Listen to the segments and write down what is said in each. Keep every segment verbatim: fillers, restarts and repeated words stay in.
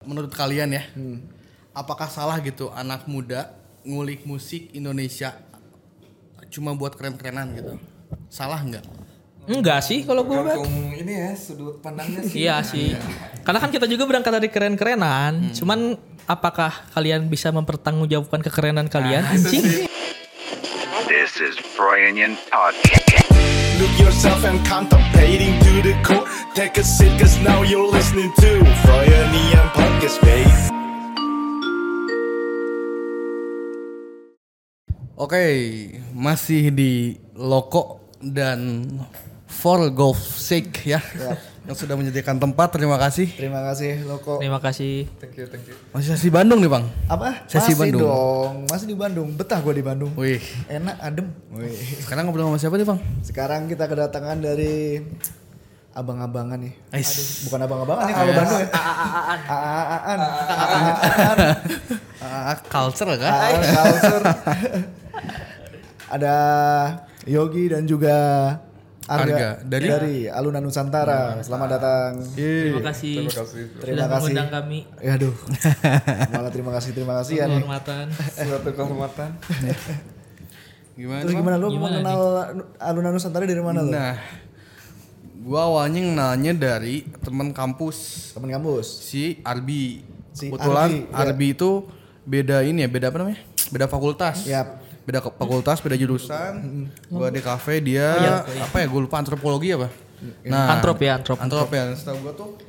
menurut kalian ya, hmm. apakah salah gitu anak muda ngulik musik Indonesia cuma buat keren-kerenan gitu? Salah nggak? Enggak sih kalau gue. Tergantung ini ya sudut pandangnya sih. Iya sih. Karena kan kita juga berangkat dari keren-kerenan. Hmm. Cuman apakah kalian bisa mempertanggungjawabkan kekerenan kalian? Nah, sih. This is Brian Podcast. Look yourself and contemplating to the core. Take a sip cause now you're listening to Brian Podcast, babe. Oke, masih di Loko dan For Golf Sake ya, yep. yang sudah menyediakan tempat. Terima kasih. Terima kasih Loko. Terima kasih. Thank you, thank you. Masih sesi Bandung nih bang? Apa? Sesi masih Bandung. dong, masih di Bandung. Betah gue di Bandung. Wih, enak, adem. Wih. Sekarang ngobrol sama siapa nih bang? Sekarang kita kedatangan dari abang-abangan nih. Aduh, bukan abang-abangan nih kalau Bandung ya. A-a-aan. A-a-aan. A-a culture kan? A-a culture. Ada Yogi dan juga Arga, Arga dari, dari Alunan Nusantara. Selamat datang. Terima kasih. Terima kasih. Terima Sudah kasih. mengundang kami. Ya aduh. Malah terima kasih, terima kasih ya nih. Kehormatan. Suatu kehormatan. Gimana? Terus gimana lu Gimana mengenal Alunan Nusantara dari mana lu? Nah, gua awalnya ngenalnya dari teman kampus, Temen kampus. si Arbi. Si Kebetulan Arbi, Arbi ya. itu beda ini ya, beda apa namanya? Beda fakultas. Yap. Beda fakultas, beda jurusan. Gua di kafe, dia Oh, iya. apa ya? Gue lupa antropologi apa? Antrop ya, antrop. Antrop ya. Setahu gua tuh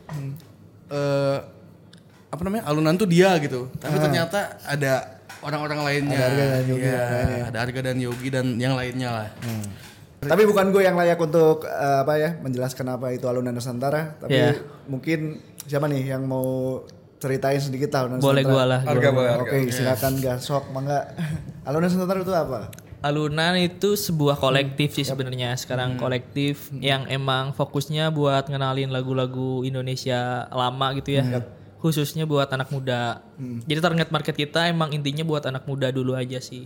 eh apa namanya? Alunan tuh dia gitu. Tapi ternyata ada orang-orang lainnya. Ada Arga dan Yogi Iya, yang lainnya. ada Arga dan Yogi dan yang lainnya lah. Tapi bukan gue yang layak untuk uh, apa ya menjelaskan apa itu Alunan Nusantara. Tapi Yeah. mungkin siapa nih yang mau ceritain sedikit Alunan Boleh Nusantara? gua lah. Harga gua. boleh. Oke, silakan gasok, mangga. Alunan Nusantara itu apa? Alunan itu sebuah kolektif sih sebenarnya. Sekarang kolektif yang emang fokusnya buat ngenalin lagu-lagu Indonesia lama gitu ya. Khususnya buat anak muda. Jadi target market kita emang intinya buat anak muda dulu aja sih.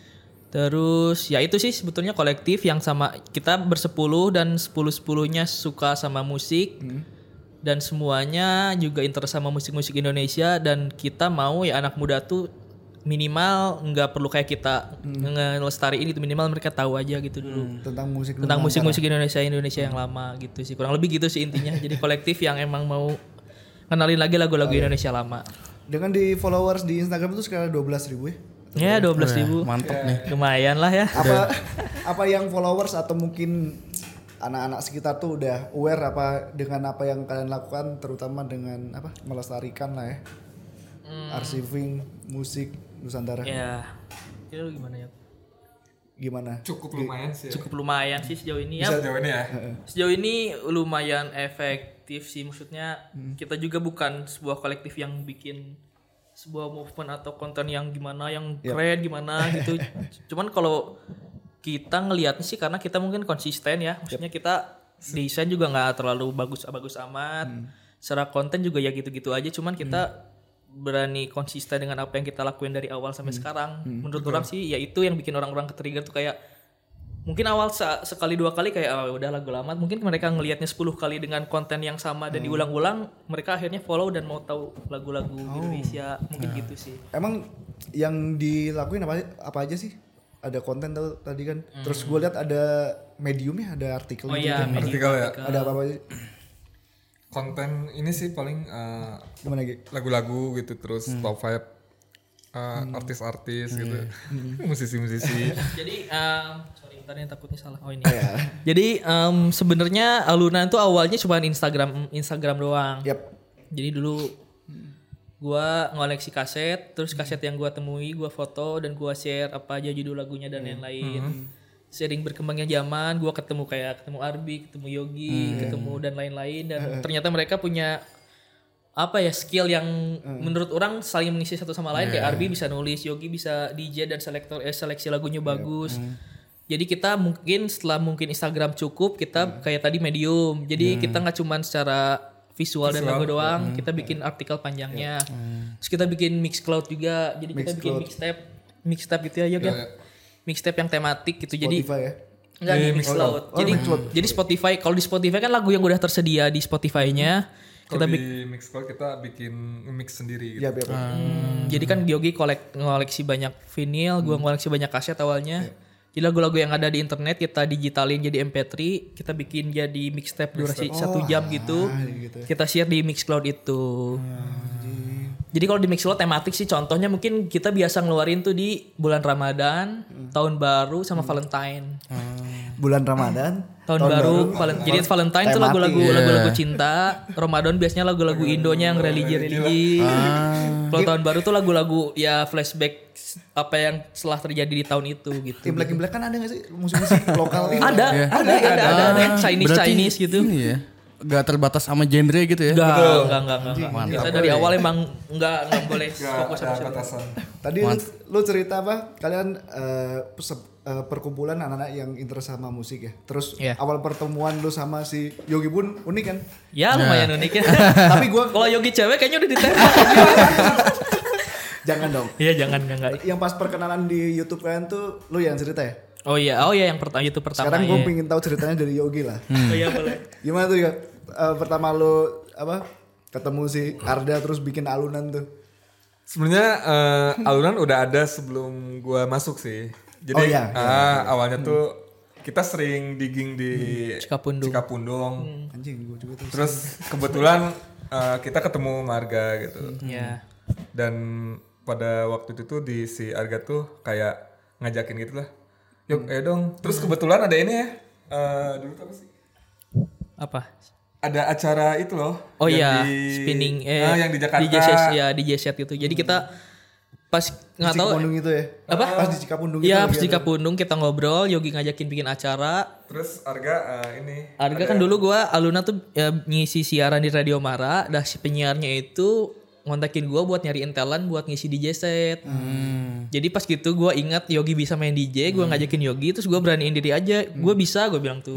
Terus ya itu sih sebetulnya kolektif yang sama kita bersepuluh dan sepuluh-sepuluhnya suka sama musik. Dan semuanya juga interest sama musik-musik Indonesia dan kita mau ya anak muda tuh minimal nggak perlu kayak kita hmm. ngelestariin itu, minimal mereka tahu aja gitu dulu Hmm, tentang musik tentang musik-musik Indonesia Indonesia yang lama gitu sih, kurang lebih gitu sih intinya. Jadi kolektif yang emang mau kenalin lagi lagu-lagu oh, Indonesia lama. Dengan di followers di Instagram itu sekitar dua belas ribu ya? Ya dua belas ribu, Mantap nih. lumayan lah ya. Apa apa yang followers atau mungkin anak-anak sekitar tuh udah aware apa dengan apa yang kalian lakukan, terutama dengan apa melestarikan lah ya, hmm. archiving musik Nusantara. Ya, itu gimana ya? Gimana? Cukup lumayan sih. Cukup lumayan sih sejauh ini ya. Bisa sejauh ini ya. Sejauh ini lumayan efektif sih, maksudnya hmm. kita juga bukan sebuah kolektif yang bikin sebuah movement atau konten yang gimana, yang yep. keren gimana gitu. Cuman kalau kita ngelihatnya sih karena kita mungkin konsisten ya, maksudnya yep. kita desain juga nggak terlalu bagus-bagus amat. Hmm. Secara konten juga ya gitu-gitu aja, cuman kita hmm. berani konsisten dengan apa yang kita lakuin dari awal sampai hmm. sekarang. Hmm. Menurut Betul. orang sih ya itu yang bikin orang-orang ke-trigger tuh kayak mungkin awal se- sekali dua kali kayak oh, udah lagu lama, mungkin mereka ngelihatnya sepuluh kali dengan konten yang sama dan hmm. diulang-ulang, mereka akhirnya follow dan mau tahu lagu-lagu oh. Indonesia, mungkin nah. gitu sih. Emang yang dilakuin apa apa aja sih? Ada konten tuh tadi kan. Hmm. Terus gue lihat ada mediumnya, ada artikel oh, gitu. iya, kan. Artikel ya. Ada apa-apa aja? Konten ini sih paling uh, gimana gitu? Lagu-lagu gitu, terus hmm. top five uh, hmm. artis-artis hmm. gitu. Hmm. Musisi-musisi. Jadi um, sorry bentar ya takutnya salah. Oh ini. Yeah. Jadi um, sebenarnya Alunan tuh awalnya cuma Instagram Instagram doang. Yep. Jadi dulu gua ngoleksi kaset, terus kaset yang gua temui gua foto dan gua share apa aja judul lagunya dan yang lain. Hmm. Sering berkembangnya zaman, gua ketemu kayak ketemu Arbi, ketemu Yogi, hmm. ketemu dan lain-lain dan ternyata mereka punya apa ya skill yang hmm. menurut orang saling mengisi satu sama lain. Yeah. Kayak Arbi bisa nulis, Yogi bisa D J dan selektor eh, seleksi lagunya bagus. Yeah. Hmm. Jadi kita mungkin setelah mungkin Instagram cukup, kita hmm. kayak tadi medium. Jadi hmm. kita nggak cuman secara visual, visual dan lagu doang, hmm. kita bikin artikel panjangnya. Yeah. Hmm. Terus kita bikin Mixcloud juga. Jadi Mix kita bikin mixtape, mixtape gitu ya, Yogi. Yeah, yeah. Mixtape yang tematik gitu. Spotify jadi ya? Enggak di Mixcloud. Oh, jadi oh, jadi Spotify, kalau di Spotify kan lagu yang udah tersedia di Spotify-nya. Kalau Kita di Mixcloud kita bikin mix sendiri gitu. Iya, biar Hmm, Jadi kan Yogi kolek ngoleksi banyak vinyl, gua ngoleksi banyak kaset awalnya. Jadi lagu-lagu yang ada di internet kita digitalin jadi M P tiga, kita bikin jadi mixtape durasi satu jam gitu. gitu ya. Kita share di Mixcloud itu. Jadi kalau di Mixcloud tematik sih contohnya mungkin kita biasa ngeluarin tuh di bulan Ramadan, tahun baru sama Valentine. bulan Ramadan, Tahun, baru, Valen- jadi Valentine itu Tematik, lagu-lagu ya. lagu-lagu cinta. Ramadan biasanya lagu-lagu Indonya yang religi-religi. Kalau tahun baru tuh lagu-lagu ya flashback apa yang setelah terjadi di tahun itu gitu. Imlek-imlek kan ada gak sih musik-musik lokal ini? Ada, ada, ada, ada, ada, ada, yang Chinese Berarti Chinese gitu. Ini ya. Gak terbatas sama genre gitu ya. Enggak, enggak, enggak, enggak, enggak. Kita dari awal emang enggak enggak boleh fokus sama Ada situ. batasan. Tadi lu, lu cerita apa? Kalian eh, se- eh, perkumpulan anak-anak yang interest sama musik ya. Terus Iya. awal pertemuan lu sama si Yogi pun unik kan? Ya lumayan unik ya. Tapi gua Kalau Yogi cewek kayaknya udah ditembak. jangan dong. Iya jangan enggak enggak. Yang pas perkenalan di YouTube kalian tuh lu yang cerita ya? Oh iya, oh iya yang pertama itu pertama. Sekarang gue ya. pengen tahu ceritanya dari Yogi lah. Oh iya boleh. Gimana tuh ya? Eh, pertama lu apa? Ketemu si Arda terus bikin alunan tuh. Sebenarnya eh, alunan udah ada sebelum gua masuk sih. Jadi Oh, iya. ah, awalnya tuh kita sering digging di Cikapundung. Cikapundung. Anjing gue juga tuh. Terus kebetulan eh, kita ketemu Marga gitu. Iya. Dan pada waktu itu tuh di si Arga tuh kayak ngajakin gitu lah. Yuk, ayo dong. Terus kebetulan ada ini ya. eh, dulu tuh apa sih? Apa? Ada acara itu loh. Oh yang iya, di- spinning eh ah, yang di Jakarta. D J set ya, D J set gitu. Jadi kita pas nggak tahu Cikapundung itu ya? apa? Pas di Cikapundung itu. Iya, lagi pas di ada. Cikapundung kita ngobrol, Yogi ngajakin bikin acara. Terus Arga eh, ini. Arga kan dulu gua Aluna tuh ya, ngisi siaran di Radio Mara, dah si penyiarnya itu ngontakin gua buat nyariin talent buat ngisi D J set. Jadi pas gitu gua ingat Yogi bisa main D J, gua ngajakin Yogi terus gua beraniin diri aja. Gua bisa, gua bilang tuh.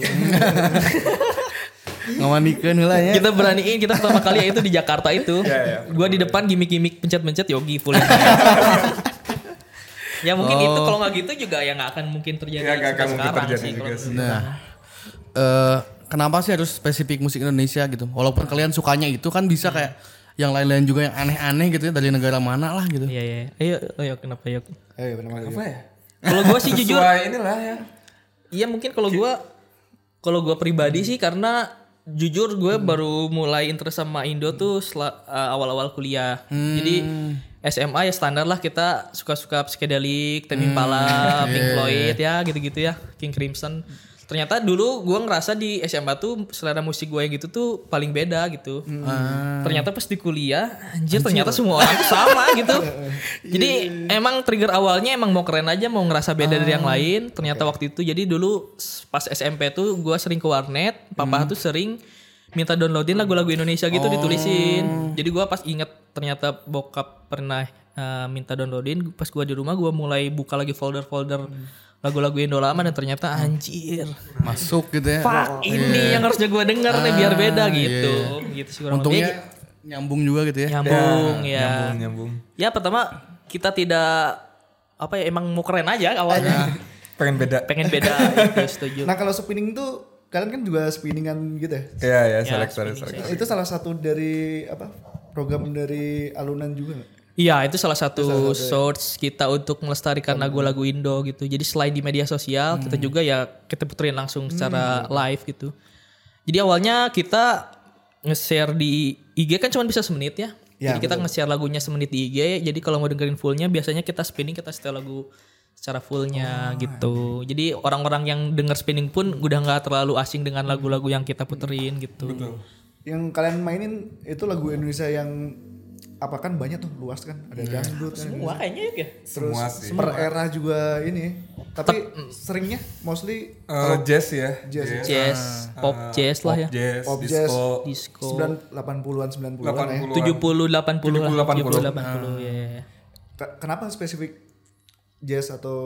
Ngamanikeun heula ya. Kita beraniin, kita pertama kali ya itu di Jakarta itu. Iya, iya, Gua di depan gimmick-gimmick pencet-pencet Yogi full. Ya mungkin Oh. itu kalau nggak gitu juga ya nggak akan mungkin terjadi Ya, nggak akan sampai mungkin sekarang terjadi sih, juga kalau- sih. Nah, eh kenapa sih harus spesifik musik Indonesia gitu? Walaupun kalian sukanya itu kan bisa kayak yang lain-lain juga yang aneh-aneh gitu ya dari negara mana lah gitu. Iya iya. Ayo, ayo kenapa yuk? Eh benar Apa ya? Kalau gua sih jujur, Sesuai inilah ya. iya mungkin kalau gua kalau gua pribadi sih karena jujur gue baru mulai interest sama Indo tuh sela- uh, awal-awal kuliah. Jadi S M A ya standar lah kita suka-suka psychedelic, Tame Impala, Pink Floyd ya gitu-gitu ya, King Crimson. Ternyata dulu gue ngerasa di S M A tuh selera musik gue yang gitu tuh paling beda gitu. Ternyata pas di kuliah, anjir, ternyata semua orang tuh sama gitu. Jadi emang trigger awalnya emang mau keren aja, mau ngerasa beda dari yang lain. Ternyata waktu itu jadi dulu pas S M P tuh gue sering ke warnet, papa tuh sering minta downloadin lagu-lagu Indonesia gitu ditulisin. Jadi gue pas inget ternyata bokap pernah uh, minta downloadin, pas gue di rumah gue mulai buka lagi folder-folder lagu-lagu Indo lama dan ternyata anjir, Masuk gitu ya. Pak ini yang harusnya gue denger nih biar beda gitu. Gitu sih kurang Untungnya lebih. nyambung juga gitu ya. Nyambung ya. Nyambung, nyambung. Ya pertama kita tidak apa ya emang mau keren aja awalnya. Pengen beda. Pengen beda itu setuju. Nah kalau spinning tuh kalian kan juga spinningan gitu ya? Iya, ya, Ya, selektor, spinning selektor. Itu salah satu dari apa program dari alunan juga nggak? Iya itu salah satu source kita untuk melestarikan lagu-lagu Indo gitu. Jadi selain di media sosial kita juga ya kita puterin langsung secara live gitu. Jadi awalnya kita nge-share di I G kan cuma bisa semenit ya. Ya, Jadi kita nge-share lagunya semenit di I G. Jadi kalau mau dengerin fullnya biasanya kita spinning kita setel lagu secara fullnya gitu. Jadi orang-orang yang denger spinning pun udah nggak terlalu asing dengan lagu-lagu yang kita puterin gitu. Yang kalian mainin itu lagu Indonesia yang apa kan banyak tuh luas kan ada dangdut kan Wah kayaknya ya. terus Semua sih. per era juga ini tapi seringnya mostly Eh, jazz ya. Jazz. Jazz, pop jazz lah ya. Pop jazz, Pop jazz. disco. Disco. sembilan delapan puluhan sembilan puluhan ya. delapan puluhan. tujuh puluh delapan puluh lah. tujuh puluh, delapan puluh. tujuh puluh delapan puluh ya. Ke- Kenapa spesifik jazz atau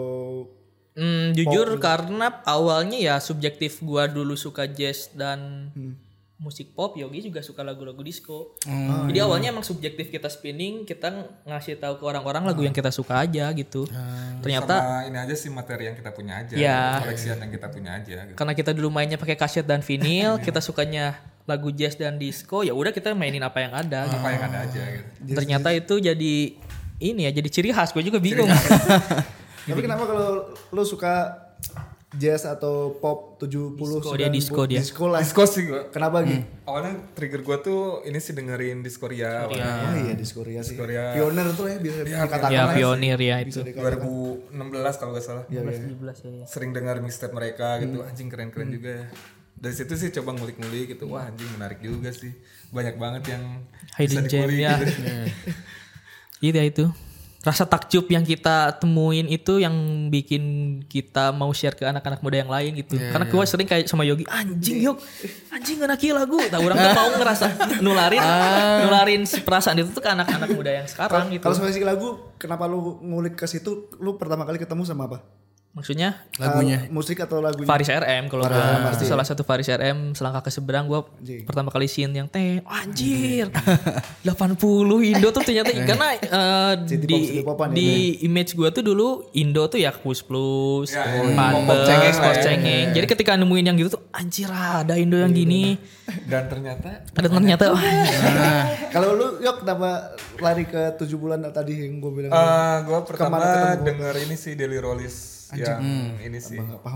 Hmm, jujur karena awalnya ya subjektif gua dulu suka jazz dan musik pop, Yogi juga suka lagu-lagu disco. Jadi awalnya emang subjektif kita spinning, kita ngasih tahu ke orang-orang lagu yang kita suka aja gitu. Ternyata Sama ini aja sih materi yang kita punya aja. Ya. Koleksian yang kita punya aja. Gitu. karena kita dulu mainnya pakai kaset dan vinil, kita sukanya lagu jazz dan disco, ya udah kita mainin apa yang ada. Apa yang ada aja gitu. Ternyata itu jadi ini ya, jadi ciri khas. Gue juga bingung. Tapi kenapa kalau lu suka jazz atau pop tujuh puluh Disco, dia disco dia. Disco lah. Disco sih gue. Kenapa Gi? Awalnya trigger gue tuh ini sih dengerin Diskoria. Oh iya Diskoria sih. Diskoria. Pioner tuh ya bisa dikatakan. Ya lah. pionir ya itu. dua ribu enam belas kalau gak salah. Iya, iya. tujuh belas ya. Sering dengar mixtape mereka gitu, anjing keren-keren juga ya. Dari situ sih coba ngulik-ngulik gitu, wah anjing menarik juga sih. Banyak banget yang Hidden bisa gem dikulik ya. gitu. Iya itu. Rasa takjub yang kita temuin itu yang bikin kita mau share ke anak-anak muda yang lain gitu. Karena gue sering kayak sama Yogi, anjing Yog, anjing enak lagu. Nah orang tuh mau ngerasa nularin, nularin si perasaan itu tuh ke anak-anak muda yang sekarang gitu. Kalau spesifik lagu, kenapa lu ngulik ke situ? Lu pertama kali ketemu sama apa? Maksudnya Lagunya. Uh, musik atau lagunya? Faris R M kalau Faris R M gue pasti. salah satu Faris R M selangkah ke seberang gue pertama kali scene yang teh oh, anjir delapan puluh Indo tuh ternyata karena uh, City pop, di city popan ya, di image gue tuh dulu Indo tuh ya Kus Plus, Ya, Panbel, pop cengeng lah Pos ya. cengeng. Jadi ketika nemuin yang gitu tuh anjir ada Indo yang gini. Dan ternyata Ada ternyata wah, Kalau lu Yok kenapa lari ke tujuh bulan tadi yang gue bilang? uh, gue pertama Kemana ketemu? denger ini sih Daily Rollies yang ini sih. Nggak paham.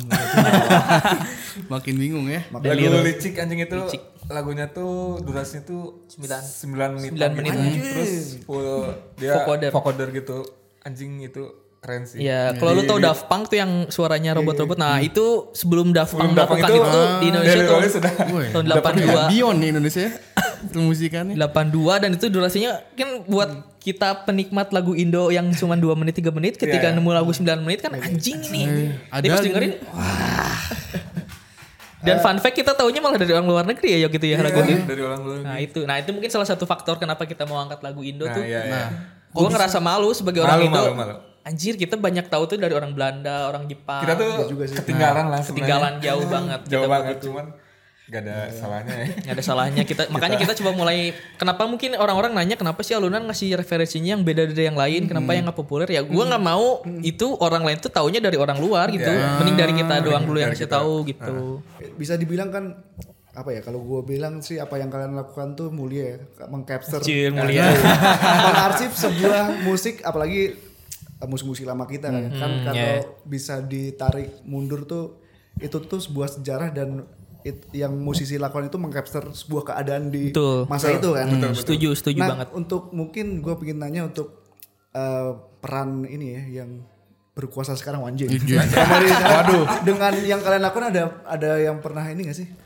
Makin bingung ya. Lagu Licik anjing itu lagunya tuh durasinya tuh Sembilan. sembilan menit. Sembilan menit. Anjing. Terus full dia Vocoder. vocoder gitu. Anjing itu keren sih. ya kalau lu Di- tau di- Daft Punk tuh yang suaranya robot-robot. Nah, itu sebelum Daft Punk Sebelum Daft Punk melakukan itu, itu, di Indonesia Daily tuh Rollies sudah Woi, tahun delapan puluh dua. Beyond nih Indonesia ya. Musikannya. delapan puluh dua dan itu durasinya kan buat kita penikmat lagu Indo yang cuma dua menit tiga menit ketika Iya. nemu lagu sembilan menit kan anjing ini. ada Dia pas gitu. dengerin wah. Dan fun fact kita taunya malah dari orang luar negeri ya gitu ya lagu itu. dari orang luar. Nah itu, nah itu mungkin salah satu faktor kenapa kita mau angkat lagu Indo Nah, tuh. iya, iya. Gue ngerasa malu sebagai orang Malu, Indo. malu, malu. Anjir kita banyak tahu tuh dari orang Belanda, orang Jepang. Kita tuh ketinggalan lah sebenarnya. ketinggalan jauh banget. Jauh Kita banget begitu. cuman gak ada salahnya ya. Nggak ada salahnya kita makanya kita coba mulai kenapa mungkin orang-orang nanya kenapa sih alunan ngasih referensinya yang beda dari yang lain kenapa yang nggak populer ya gue nggak mau itu orang lain tuh taunya dari orang luar gitu Ya. mending dari kita doang dulu yang dari ngasih kita. tahu gitu. Bisa dibilang kan apa ya kalau gue bilang sih apa yang kalian lakukan tuh mulia ya mengcapture Anjir, mulia. mengarsip sebuah musik apalagi eh, musik-musik lama kita kan kan kalau yeah. bisa ditarik mundur tuh itu tuh sebuah sejarah dan it- yang musisi lakukan itu mengcapture sebuah keadaan di Betul. masa itu kan Hmm, setuju setuju nah banget. untuk mungkin gue pengen nanya untuk eh, peran ini ya yang berkuasa sekarang anjing. Waduh. Dengan yang kalian lakukan ada ada yang pernah ini gak sih?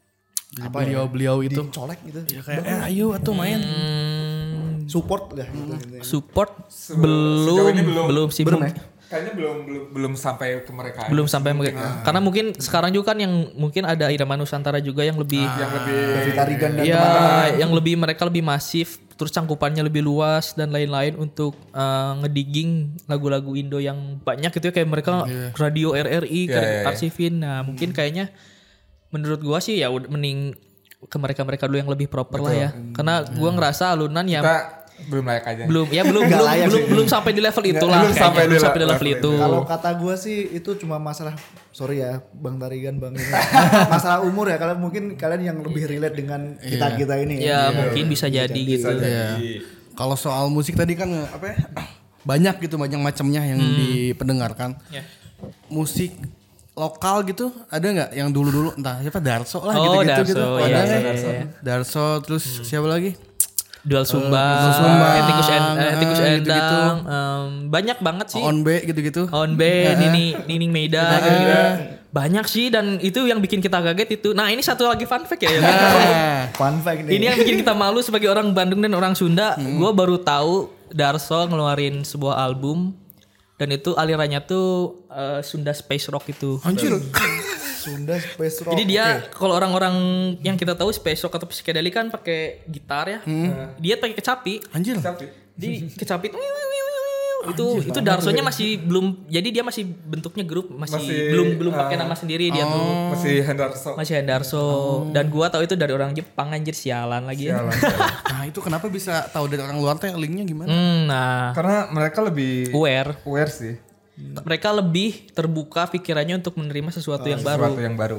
Apa ya? Beliau-beliau itu Colek gitu. ya kayak eh ayo atuh main. Hmm, Support lah gitu. support Sejauh belum ini belum. belum sih Belum belum, ya? Kayaknya belum belum belum sampai ke mereka. belum sampai mereka. Karena mungkin sekarang juga kan yang mungkin ada Irama Nusantara juga yang lebih yang lebih Vita Rigan dan ya yang lebih mereka lebih masif terus cangkupannya lebih luas dan lain-lain untuk uh, ngedigging lagu-lagu Indo yang banyak gitu ya kayak mereka radio R R I Iya, iya, iya. arsivin nah mungkin kayaknya menurut gua sih ya udah mending ke mereka-mereka dulu yang lebih proper lah ya karena gua ngerasa alunan ya kita belum layak aja. belum ya belum Nggak belum layak belum, sih. belum sampai di level itulah belum kayaknya. sampai belum di sampai di level level itu Kalau kata gue sih itu cuma masalah sorry ya Bang Tarigan Bang ini. Masalah umur ya kalian mungkin kalian yang lebih relate dengan kita kita ini ya ya. mungkin bisa jadi gitu Iya. Kalau soal musik tadi kan apa ya? Banyak gitu banyak macamnya yang dipendengarkan. Ya. Musik lokal gitu ada nggak yang dulu-dulu entah siapa Darso lah Oh, gitu-gitu Darso, gitu. iya, Ada iya, nggak? iya. Darso terus siapa lagi? Dual Sumba, Dual Sumba, Etikus en, eh, Etikus ah, Endang, gitu-gitu. em, banyak banget sih. On B gitu-gitu. On B, Nini, Nining Meida, gitu-gitu. Banyak sih dan itu yang bikin kita kaget itu. Nah ini satu lagi fun fact ya. ya. Nah, Fun fact nih. Ini yang bikin kita malu sebagai orang Bandung dan orang Sunda. Gue baru tahu Darso ngeluarin sebuah album dan itu alirannya tuh eh, Sunda Space Rock itu. anjir. Sunda Space Rock. Jadi dia Oke. kalau orang-orang yang kita tahu space rock atau psychedelic kan pakai gitar ya. Dia pakai kecapi. Anjir. Di kecapi itu itu itu Darsonya masih belum jadi dia masih bentuknya grup masih, Masih, belum belum pakai uh, nama sendiri dia tuh. masih Hendarso. Masih Hendarso dan gua tahu itu dari orang Jepang anjir sialan lagi ya. Nah, itu kenapa bisa tahu dari orang luar teh linknya gimana? Hmm, nah, Karena mereka lebih aware. aware sih. Mereka lebih terbuka pikirannya untuk menerima sesuatu yang baru. Sesuatu yang baru.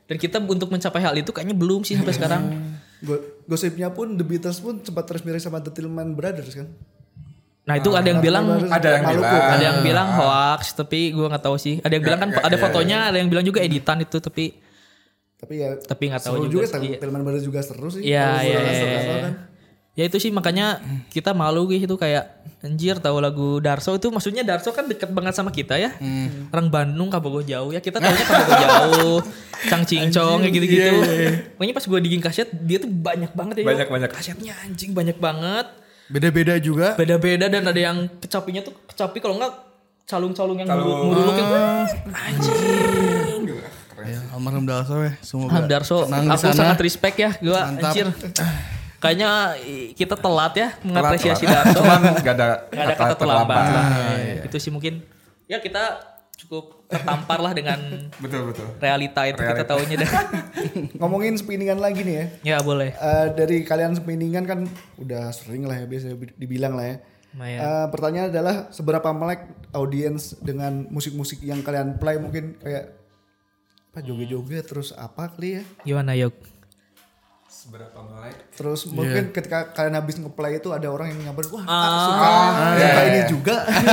Dan kita untuk mencapai hal itu kayaknya belum sih sampai sekarang. Go- Gosipnya pun The Beatles pun sempat terus mirip sama The Tillman Brothers kan. Nah itu ada yang bilang Ada yang Maluku, bilang. kan? ada yang bilang hoax, tapi gue nggak tahu sih. Ada yang bilang kan ya, ada ya, fotonya, ada yang bilang juga editan itu, tapi Tapi ya tapi nggak tahu seru juga. juga, sih. Tillman Brothers juga seru sih. Iya Kalau iya. gua iya. rasa kan. Ya itu sih makanya kita malu gitu kayak anjir tahu lagu Darso itu maksudnya Darso kan deket banget sama kita ya. Orang Bandung Kabogoh jauh ya kita tahunya Kabogoh jauh, Cangcingcong kayak gitu-gitu. Pokoknya pas gue digging kaset dia tuh banyak banget ya. Banyak, banyak. Kasetnya anjing banyak banget. Beda-beda juga. Beda-beda dan ada yang kecapinya tuh kecapi kalau enggak calung-calung yang Calung. muruluk yang anjing. Ya, almarhum Darso ya. Semoga Ham Darso, senang di aku sana. sangat respect ya gue Mantap. anjir. Kayaknya i- kita telat ya mengapresiasi Telat, telat. Darso. Cuman gak ada, Gak ada kata terlambat lah. Itu sih mungkin ya kita cukup tertampar lah dengan Betul betul. realita itu kita Realita. taunya dah. Ngomongin spinningan lagi nih ya. Ya boleh. Eh, dari kalian spinningan kan udah sering lah ya biasa dibilang lah ya. Lumayan. Eh, pertanyaan adalah seberapa melek audiens dengan musik-musik yang kalian play mungkin kayak apa joget-joget terus apa kali ya. Gimana Yok? Seberapa melek? Terus mungkin ketika kalian habis nge-play itu ada orang yang nyamper wah Ah, suka suka ini juga.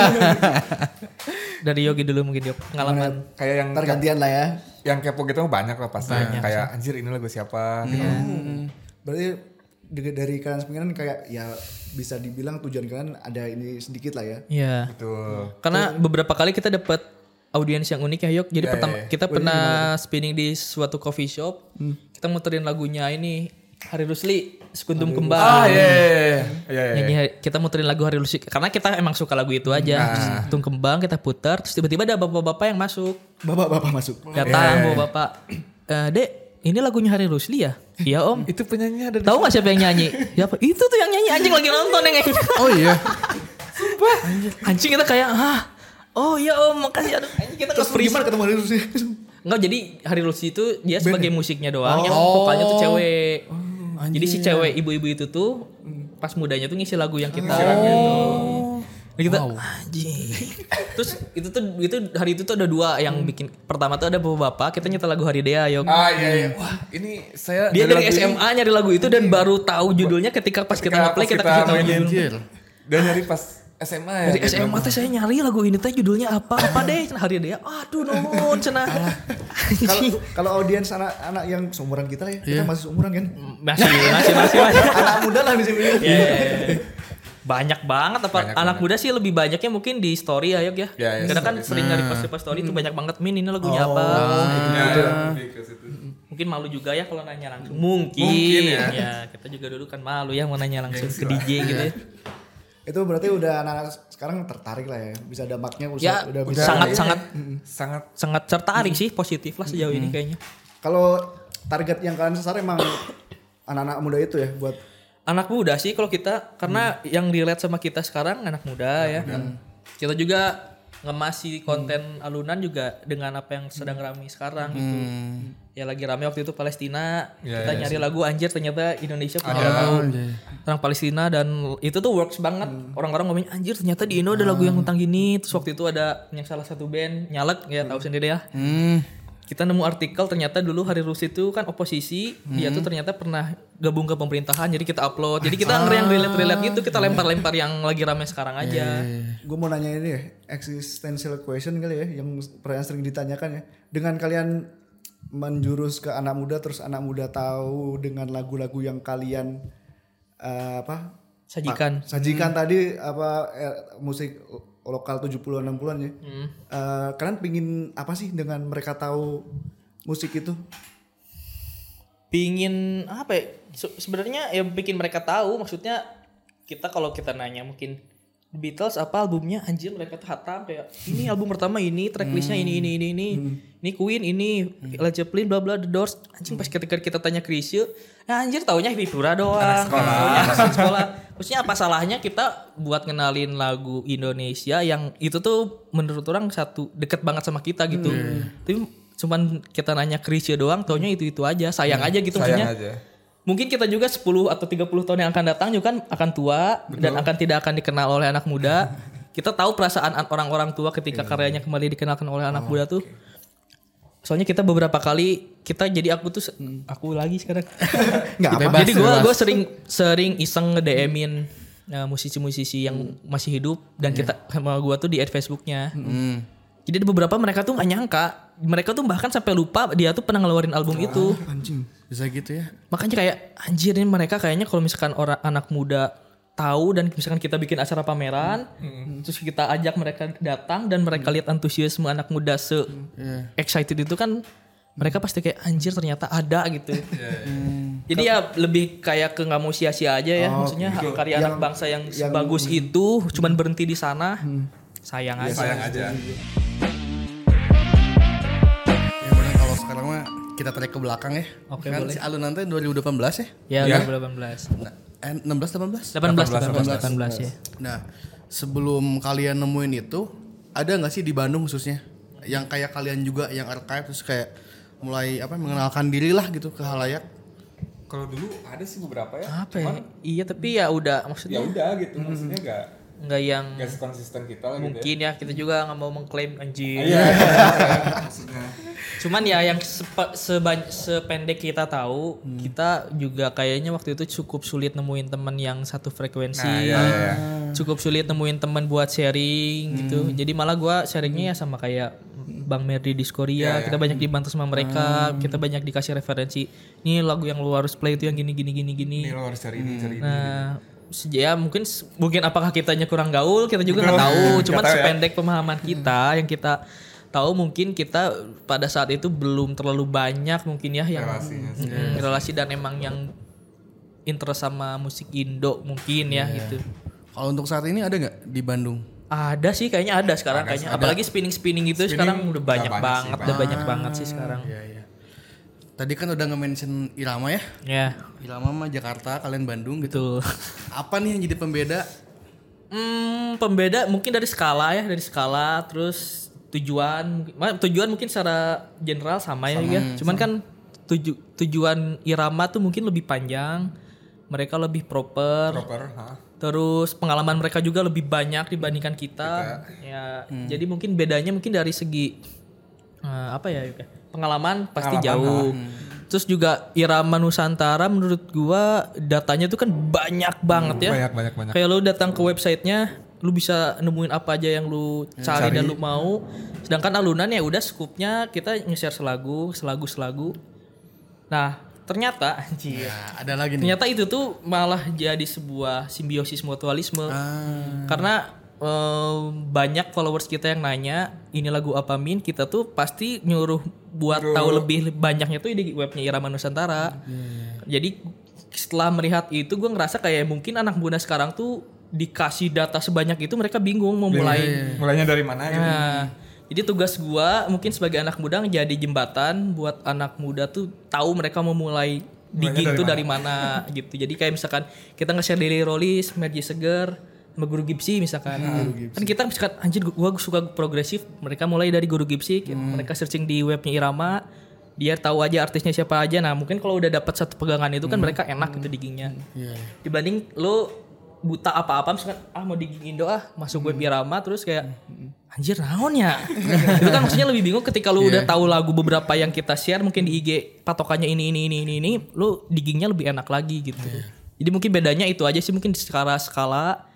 Dari Yogi dulu mungkin Yok. Pengalaman. Kayak yang Ntar gantian lah ya. yang kepo gitu mah banyak lah pasti. Kayak anjir ini lagu siapa gitu. Berarti dari, dari kalian spinningan kayak ya bisa dibilang tujuan kalian ada ini sedikit lah ya. Iya. Betul. Karena beberapa kali kita dapat audiens yang unik ya Yok. Jadi Ya, pertama ya, ya. kita pernah spinning di suatu coffee shop. Kita muterin lagunya ini Hari Rusli, Sekuntum Kembang. Ah iya iya iya. Iya iya. Nyanyi Hari- kita muterin lagu Hari Rusli karena kita emang suka lagu itu aja. Sekuntum Kembang kita putar, terus tiba-tiba ada bapak-bapak yang masuk. Bapak-bapak masuk. Datang bawa bapak. Eh, Dek, ini lagunya Hari Rusli ya? Iya Om. Itu penyanyinya ada di Tahu nggak siapa yang nyanyi? Siapa? Itu tuh yang nyanyi anjing lagi nonton yang nyanyi. Oh iya. Sumpah. Anjing kita kayak, ah, oh iya Om, makasih. Aduh, anjing kita Terus nge-freeze. gimana ketemu hari itu sih? Enggak, jadi Hari Rusli itu dia sebagai musiknya doang, yang vokalnya tuh cewek. Jadi si cewek ibu-ibu itu tuh pas mudanya tuh ngisi lagu yang kita. Oh. Kita anjing. Terus itu tuh itu hari itu tuh ada dua yang bikin. Pertama tuh ada bapak-bapak kita nyetel lagu Hari Dea, Yok. Ah iya iya. Wah, ini saya Dia dari lagu S ini- M A nyari lagu itu dan baru tahu judulnya ketika pas kita Ketika nge-play pas kita kita kasih tahu mainin. judul. Anjir. Dia nyari pas S M A ya. Dari S M A tuh saya nyari lagu ini teh judulnya apa? Apa deh? Hari Dea. Aduh nuhun cenah. Kalau kalau audiens anak-anak yang seumuran kita lah ya, kita masih seumuran kan. Masih masih masih masih. Anak muda lah di sini. Banyak banget apa Banyak anak banget. muda sih lebih banyaknya mungkin di story ya Yok ya. Ya, ya, Karena kan story. sering nyari pas pas story itu banyak banget Min ini lagunya apa. Ya, ya, lebih ke situ. Mungkin malu juga ya kalau nanya langsung. Mungkin, Mungkin ya. ya. Kita juga dulu kan malu ya mau nanya langsung ke D J gitu ya. Itu berarti udah anak-anak sekarang tertarik lah ya. Bisa dampaknya udah, Ya udah bisa. sangat iya. sangat Sangat sangat tertarik sih positif lah sejauh ini kayaknya. Kalau target yang kalian sasar emang anak-anak muda itu ya buat Anak muda sih kalau kita karena yang relate sama kita sekarang anak muda ya. Kita juga ngemasi konten alunan juga dengan apa yang sedang ramai sekarang gitu. Ya lagi rame waktu itu Palestina, Ya, kita ya, nyari lagu anjir ternyata Indonesia punya lagu tentang Palestina dan itu tuh works banget. Orang-orang ngomongin anjir ternyata di Indo ada lagu yang tentang gini. Terus waktu itu ada yang salah satu band Nyalek ya tahu sendiri ya. Kita nemu artikel ternyata dulu Hari Rusli itu kan oposisi, dia tuh ternyata pernah gabung ke pemerintahan jadi kita upload. Jadi kita ngeri yang relate-relate gitu, kita lempar-lempar yang lagi rame sekarang aja. gue mau nanya ini ya, existential question kali ya, yang pertanyaan sering ditanyakan ya. Dengan kalian menjurus ke anak muda, terus anak muda tahu dengan lagu-lagu yang kalian eh, apa Sajikan. sajikan tadi apa eh, musik lokal tujuh puluhan enam puluhan ya. Eh, kalian pingin apa sih dengan mereka tahu musik itu? Pingin apa ya? Se- Sebenarnya ya bikin mereka tahu, maksudnya kita kalau kita nanya mungkin The Beatles apa albumnya anjir mereka tuh hatam kayak ini album pertama ini tracklistnya ini ini ini ini ini Queen ini Led Zeppelin bla bla The Doors anjing pas ketika kita tanya Chrisye nah anjir taunya Hipura doang taunya anak sekolah maksudnya apa salahnya kita buat ngenalin lagu Indonesia yang itu tuh menurut orang satu deket banget sama kita gitu tapi cuman kita nanya Chrisye doang taunya itu itu aja sayang aja gitu sayang maksudnya aja. mungkin kita juga sepuluh atau tiga puluh tahun yang akan datang juga kan akan tua dan akan tidak akan dikenal oleh anak muda. Kita tahu perasaan an- orang-orang tua ketika karyanya kembali dikenalkan oleh anak muda tuh Soalnya kita beberapa kali kita jadi aku tuh aku lagi sekarang. Nggak apa. Bebas, Jadi gue bebas. gue sering sering iseng nge-D M-in uh, musisi-musisi yang masih hidup dan kita sama gue tuh di add Facebooknya. Hmm. Jadi ada beberapa mereka tuh nggak nyangka, mereka tuh bahkan sampai lupa dia tuh pernah ngeluarin album itu. Anjing. Bisa gitu ya. Makanya kayak anjir ini mereka kayaknya kalau misalkan orang anak muda tahu dan misalkan kita bikin acara pameran, terus kita ajak mereka datang dan mereka lihat antusiasme anak muda se excited itu kan mereka pasti kayak anjir ternyata ada gitu. Jadi ya lebih kayak ke nggak mau sia-sia aja ya, maksudnya karya anak bangsa yang, yang- bagus itu cuman berhenti di sana, sayang aja. Sayang aja. Ya benar kalau sekarang mah kita tarik ke belakang ya. Oke, Kan boleh. si Alun nanti dua ribu delapan belas ya. Ya Ya. dua ribu delapan belas. Nah, eh, enam belas delapan belas. delapan belas, delapan belas, delapan belas ya. Nah, sebelum kalian nemuin itu, ada nggak sih di Bandung khususnya yang kayak kalian juga yang archive terus kayak mulai apa mengenalkan diri lah gitu ke halayak? Kalau dulu ada sih beberapa ya. Apa ya? Iya tapi ya udah Ya maksudnya udah gitu, maksudnya nggak nggak yang nggak sekonsisten kita lah gitu. mungkin ya kita juga nggak mau mengklaim anjir. Iya. Maksudnya. Cuman ya yang sepa, seba- sependek kita tahu, kita juga kayaknya waktu itu cukup sulit nemuin teman yang satu frekuensi. Nah, iya, iya. Cukup sulit nemuin teman buat sharing gitu. Jadi malah gua sharingnya ya sama kayak Bang Merdi di Skoria, Iya, kita banyak dibantu sama mereka, kita banyak dikasih referensi. Ini lagu yang lu harus play itu yang gini gini gini gini. Ini lo harus cari ini, cari ini. Nah, seja- ya mungkin mungkin apakah kitanya kurang gaul, kita juga nggak Betul. tahu. Nggak Cuman tahu ya. sependek pemahaman kita yang kita tahu mungkin kita pada saat itu belum terlalu banyak mungkin ya yang Relasinya sih. Mm, relasi dan emang yang interest sama musik Indo mungkin ya gitu. Kalau untuk saat ini ada nggak di Bandung? Ada sih kayaknya ada sekarang Ada, kayaknya ada. apalagi spinning-spinning itu Spinning sekarang udah banyak banyak sih, banget, udah banyak. banyak banget sih sekarang. Iya iya. Tadi kan udah nge-mention Irama ya. Ya, Irama mah Jakarta, kalian Bandung gitu. betul. Apa nih yang jadi pembeda? Hmm, pembeda mungkin dari skala ya, dari skala terus tujuan, ma- tujuan mungkin secara general sama ya, ya. Cuman kan tuju, tujuan Irama tuh mungkin lebih panjang, mereka lebih proper, Proper, ha. terus pengalaman mereka juga lebih banyak dibandingkan kita, ya. Jadi mungkin bedanya mungkin dari segi eh, apa ya, Yuka? Pengalaman pasti Pengalaman, jauh. Terus juga Irama Nusantara menurut gua datanya tuh kan banyak banget ya. Banyak, banyak, banyak. Kayak lu datang ke websitenya, lu bisa nemuin apa aja yang lu cari, dan lu mau. Sedangkan alunan ya udah skupnya kita nge-share selagu, selagu, selagu. Nah, ternyata anjir. Ya, ada lagi nih. Ternyata itu tuh malah jadi sebuah simbiosis mutualisme. Karena eh, banyak followers kita yang nanya, ini lagu apa Min? Kita tuh pasti nyuruh buat tahu lebih banyaknya tuh di webnya Irama Nusantara. Jadi setelah melihat itu gue ngerasa kayak mungkin anak muda sekarang tuh dikasih data sebanyak itu mereka bingung mau mulai. Mulainya dari mana gitu. Nah, jadi tugas gua mungkin sebagai anak muda jadi jembatan buat anak muda tuh tahu mereka mau mulai digging dari tuh dari mana gitu. Jadi kayak misalkan kita nge-share Daily Rollies, Mergi Seger, sama Guru Gipsy misalkan. Kan kita misalkan anjir gua suka progresif, mereka mulai dari Guru Gipsy, mereka searching di webnya Irama, dia tahu aja artisnya siapa aja. Nah, mungkin kalau udah dapat satu pegangan itu kan mereka enak gitu diggingnya. Dibanding lo buta apa-apa misalkan ah mau digging Indo ah masuk web Irama terus kayak anjir naon ya. Itu kan maksudnya lebih bingung ketika lu udah tahu lagu beberapa yang kita share mungkin di I G patokannya ini ini ini ini ini lu diggingnya lebih enak lagi gitu. Jadi mungkin bedanya itu aja sih, mungkin secara skala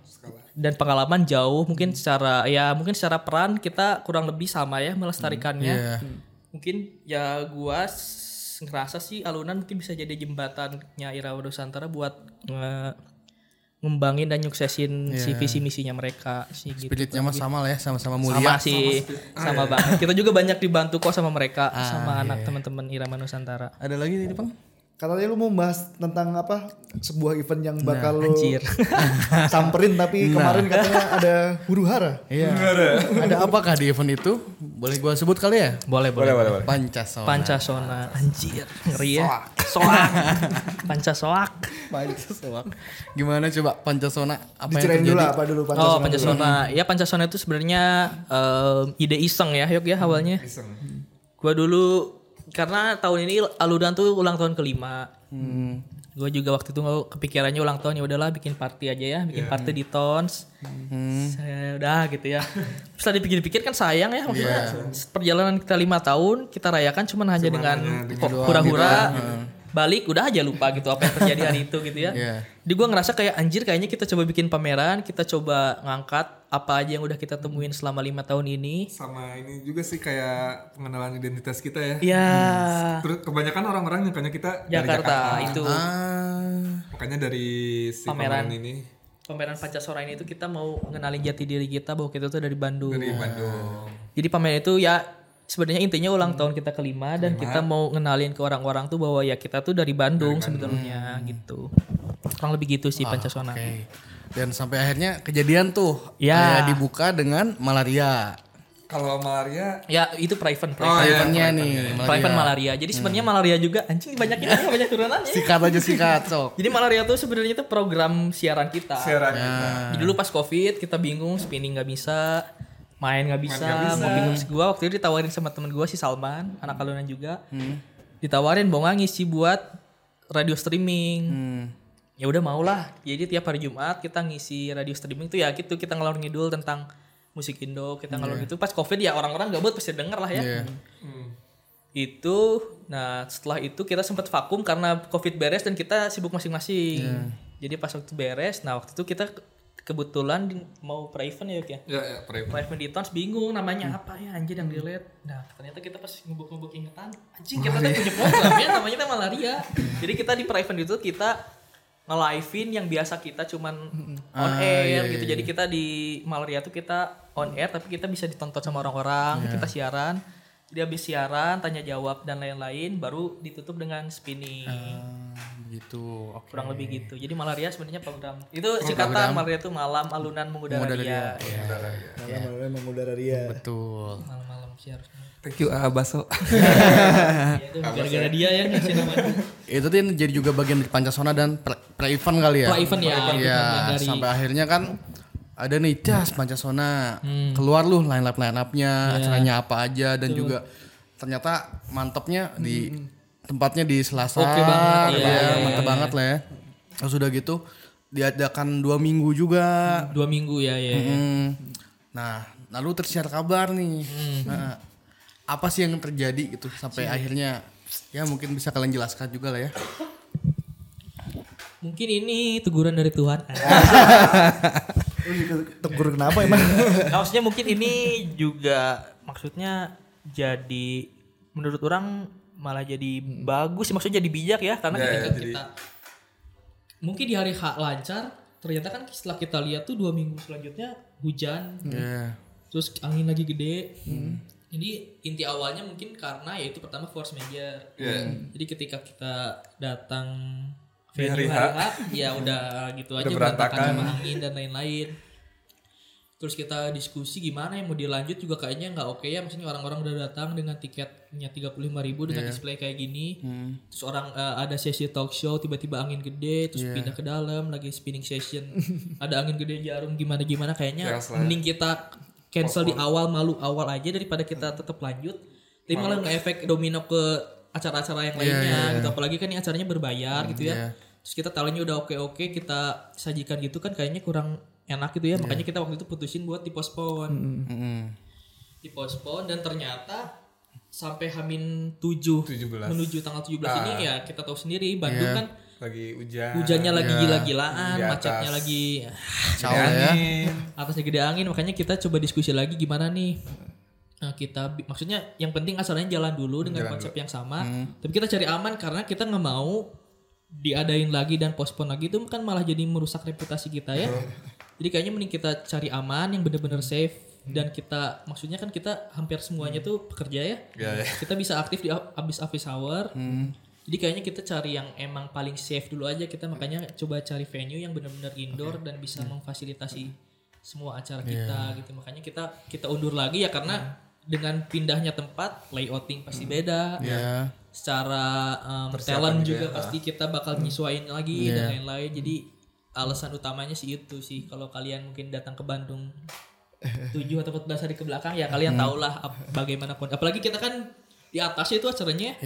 dan pengalaman jauh, mungkin secara ya mungkin secara peran kita kurang lebih sama ya melestarikannya. Iya. Mungkin ya gua s- ngerasa sih alunan mungkin bisa jadi jembatannya Irama Nusantara buat nge- ngembangin dan nyuksesin si visi misinya mereka sih gitu. Spiritnya mah sama lah ya, sama-sama mulia. Sama sih, sama banget. Kita juga banyak dibantu kok sama mereka, sama anak teman-teman Irama Nusantara. Ada lagi di depan? Katanya lu mau bahas tentang apa? Sebuah event yang bakal lu Anjir. samperin, tapi kemarin katanya ada huru hara. Iya. Ada apakah di event itu? Boleh gua sebut kali ya? Boleh, Boleh, boleh. boleh, boleh. Pancasona. Pancasona, anjir, ngeri ya. Soak. Pancasoak. Pancasona. Gimana coba Pancasona? Apa Diceritain yang dulu terjadi? apa dulu Pancasona. Oh, dulu. Pancasona. Ya Pancasona itu sebenarnya em, ide iseng ya, Yok ya awalnya. Iseng. Gua dulu karena tahun ini alunan tuh ulang tahun kelima. Hmm. Gue juga waktu itu nggak kepikirannya ulang tahun, ya udahlah bikin party aja ya, bikin party di Tons. Saya udah gitu ya. Setelah dipikir-pikir kan sayang ya, maksudnya perjalanan kita lima tahun kita rayakan cuman hanya dengan hura-hura. Balik udah aja lupa gitu apa yang terjadi hari itu gitu ya. Yeah. Jadi gue ngerasa kayak anjir, kayaknya kita coba bikin pameran, kita coba ngangkat apa aja yang udah kita temuin selama lima tahun ini. Sama ini juga sih kayak pengenalan identitas kita ya. Ya. Terus kebanyakan orang-orang nyangkanya kita dari Jakarta, Jakarta. itu Ah, Makanya dari si Pameran. pameran, ini pameran Pancasora ini tuh kita mau ngenalin jati diri kita bahwa kita tuh dari Bandung. dari Bandung. Jadi pameran itu ya sebenarnya intinya ulang tahun kita kelima dan kita mau ngenalin ke orang-orang tuh bahwa ya kita tuh dari Bandung, sebetulnya gitu. Kurang lebih gitu sih Pancasona. Oke. Dan sampai akhirnya kejadian tuh Ya. kayak dibuka dengan malaria. Kalau malaria Ya itu private Oh, private. iya. Eventnya nih, Private malaria. Jadi sebenarnya malaria juga anjing banyakin aja banyak turunannya. Sikat aja sikat sok. Jadi malaria tuh sebenarnya itu program siaran kita. siaran Ya. kita. Jadi dulu pas Covid kita bingung, spinning nggak bisa, main nggak bisa, nggak bisa. mau bingung. Gua waktu itu ditawarin sama temen gua si Salman, anak alunan juga. Ditawarin mau nggak ngisi buat radio streaming. Ya udah mau lah. Jadi tiap hari Jumat kita ngisi radio streaming tuh ya gitu, kita ngalor ngidul tentang musik Indo, kita ngalor gitu. Pas Covid ya orang-orang gabut pasti denger lah ya. Iya. Itu, nah setelah itu kita sempat vakum karena Covid beres dan kita sibuk masing-masing. Jadi pas waktu beres, nah waktu itu kita ke- kebetulan di- mau private ya Yuk, ya. Ya, ya, private. Private di Tons bingung namanya apa ya anjir yang delete. Nah ternyata kita pas ngubuk-ngubuk ingetan, anjing kita tuh punya program ya namanya tuh malaria. Jadi kita di private itu kita nge-live-in yang biasa kita cuman on Ah, air iya, gitu. iya. Jadi kita di malaria tuh kita on air tapi kita bisa ditonton sama orang-orang, kita siaran. Jadi habis siaran, tanya jawab dan lain-lain baru ditutup dengan spinning. Gitu. Oke. Kurang lebih gitu. Jadi malaria sebenarnya program. Itu singkatan malaria itu malam alunan mengudara Mengudara dia. Iya. Malam-malam mengudara dia. Betul. Malam-malam sih harusnya. Thank you ah Baso. Ya, itu gara-gara dia ya ngasih namanya. Itu tuh yang jadi juga bagian dari Pancasona dan pre- pre-event kali ya. Pre-event ya, Iya, event dari- sampai akhirnya kan ada nih cas Pancasona. Keluar lu line up line upnya, acaranya apa aja dan juga ternyata mantepnya di tempatnya di Selasa. Oke banget, iya, ya, iya, mantep banget lah ya. Terus udah gitu diadakan dua minggu juga. Dua minggu ya ya. Hmm. Nah, lalu tersiar kabar nih. Nah, apa sih yang terjadi gitu sampai akhirnya ya mungkin bisa kalian jelaskan juga lah ya. Mungkin ini teguran dari Tuhan. Tegur kenapa emang? Nah, maksudnya mungkin ini juga maksudnya jadi menurut orang malah jadi bagus, maksudnya jadi bijak ya karena Ya, ketika ya, jadi- kita mungkin di hari H lancar, ternyata kan setelah kita lihat tuh dua minggu selanjutnya hujan, Ya. terus angin lagi gede. Jadi inti awalnya mungkin karena yaitu pertama force major. Iya. Jadi ketika kita datang Di venue hari hari H, H, ya udah gitu aja udah berantakan berantakan. sama angin dan lain-lain. Terus kita diskusi gimana yang mau dilanjut juga kayaknya nggak oke ya. Maksudnya orang-orang udah datang dengan tiketnya tiga puluh lima ribu dengan display kayak gini. Terus orang eh, ada sesi talk show tiba-tiba angin gede terus pindah ke dalam lagi spinning session. Ada angin gede jarum gimana-gimana kayaknya Chaos lah. mending kita cancel di awal malu awal aja daripada kita tetap lanjut. Tapi malah nge-efek domino ke acara-acara yang lainnya gitu. Apalagi kan ini acaranya berbayar gitu ya. iya. Terus kita tahunya udah oke-oke kita sajikan gitu kan kayaknya kurang enak gitu ya. Makanya kita waktu itu putusin buat dipospon. Mm-mm. Dipospon dan ternyata sampai Hamin tujuh tujuh belas. menuju tanggal tujuh belas ini ya kita tahu sendiri Bandung kan Lagi hujan. hujannya lagi gila-gilaan, Di atas. macetnya lagi Ciao ya. atasnya gede angin, makanya kita coba diskusi lagi gimana nih. Nah, kita bi- maksudnya yang penting asalnya jalan dulu dengan konsep yang sama, tapi kita cari aman karena kita nggak mau diadain lagi dan postpone lagi itu kan malah jadi merusak reputasi kita ya. Jadi kayaknya mending kita cari aman yang benar-benar safe dan kita maksudnya kan kita hampir semuanya tuh pekerja ya. Ya, ya. Kita bisa aktif di a- abis office hour. Jadi kayaknya kita cari yang emang paling safe dulu aja. Kita makanya coba cari venue yang benar-benar indoor dan bisa memfasilitasi semua acara kita gitu. Makanya kita kita undur lagi ya karena dengan pindahnya tempat layouting pasti beda. Ya. Secara um, talent juga pasti kita bakal nyesuaiin lagi dan lain-lain. Jadi alasan utamanya sih itu sih. Kalau kalian mungkin datang ke Bandung tujuh atau empat belas hari ke belakang ya kalian tahulah ap- bagaimana kon- apalagi kita kan di atasnya itu acaranya Iya.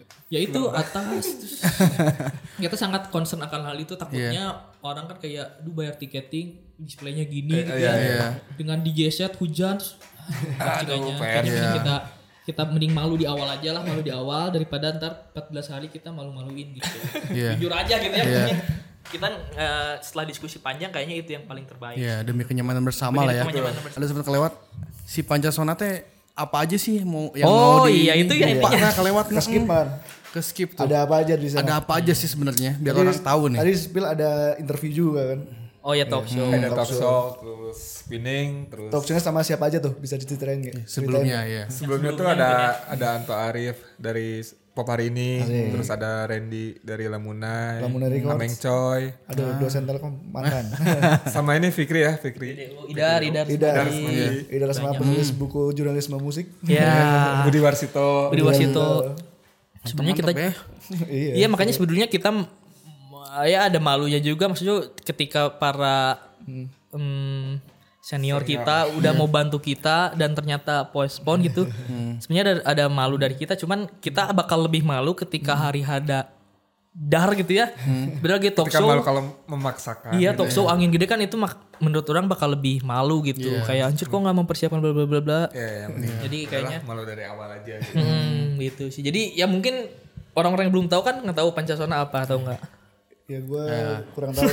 Ya itu atas. Terus kita sangat concern akan hal itu, takutnya orang kan kayak duh bayar tiketing displaynya gini Eh, gitu iya, ya. iya. Dengan D J set hujan terus ah, Aduh, kayaknya P R, mending iya. kita kita mending malu di awal aja lah, malu di awal daripada ntar empat belas hari kita malu-maluin gitu. Iya. Jujur aja gitu ya. Iya. Maksudnya kita eh, setelah diskusi panjang kayaknya itu yang paling terbaik. Ya demi kenyamanan bersama Demi lah ya. kenyamanan bersama. Ada sempat kelewat si Pancasona teh apa aja sih mau yang Oh, mau di iya, itu ya intinya. Pernah kelewat Ke skip man. ke skip tuh. Ada apa aja di sana? Ada apa aja sih sebenarnya biar Tadi- orang tahu nih. Tadi spill ada interview juga kan. Oh ya talk show. Ada talk show, terus spinning, terus Talk show-nya sama siapa aja tuh? Bisa diceritain nggak? Sebelumnya ya. sebelumnya tuh ada ada Anto Arif dari Pop Hari Ini, terus ada Randy dari Lamuna, Lamuna Records. Ameng Coy, Ada dosen Telkom mantan. sama ini Fikri ya, Fikri. Oh, Idar, Idar. Idar, Semadi. Idar sama penulis buku jurnalisme musik. Ya. Budi Warsito. Budi Wasito. Sebenarnya kita Mantap ya. Iya. Iya makanya sebetulnya kita m- ya ada malunya juga, maksudnya ketika para em, senior kita udah mau bantu kita dan ternyata postpone gitu. Sebenarnya ada ada malu dari kita, cuman kita bakal lebih malu ketika hari hada dar gitu ya. Bener gitu talk Ketika show. malu kalau memaksakan. Iya gitu talk ya. show angin gede kan itu mak- menurut orang bakal lebih malu gitu. Kayak anjir kok nggak mempersiapkan bla bla bla bla. Ya, yang penting Jadi kayaknya malu dari awal aja. Gitu. hmm, gitu sih. Jadi ya mungkin orang-orang yang belum tahu kan nggak tahu Pancasona apa atau enggak. Ya gue kurang tahu.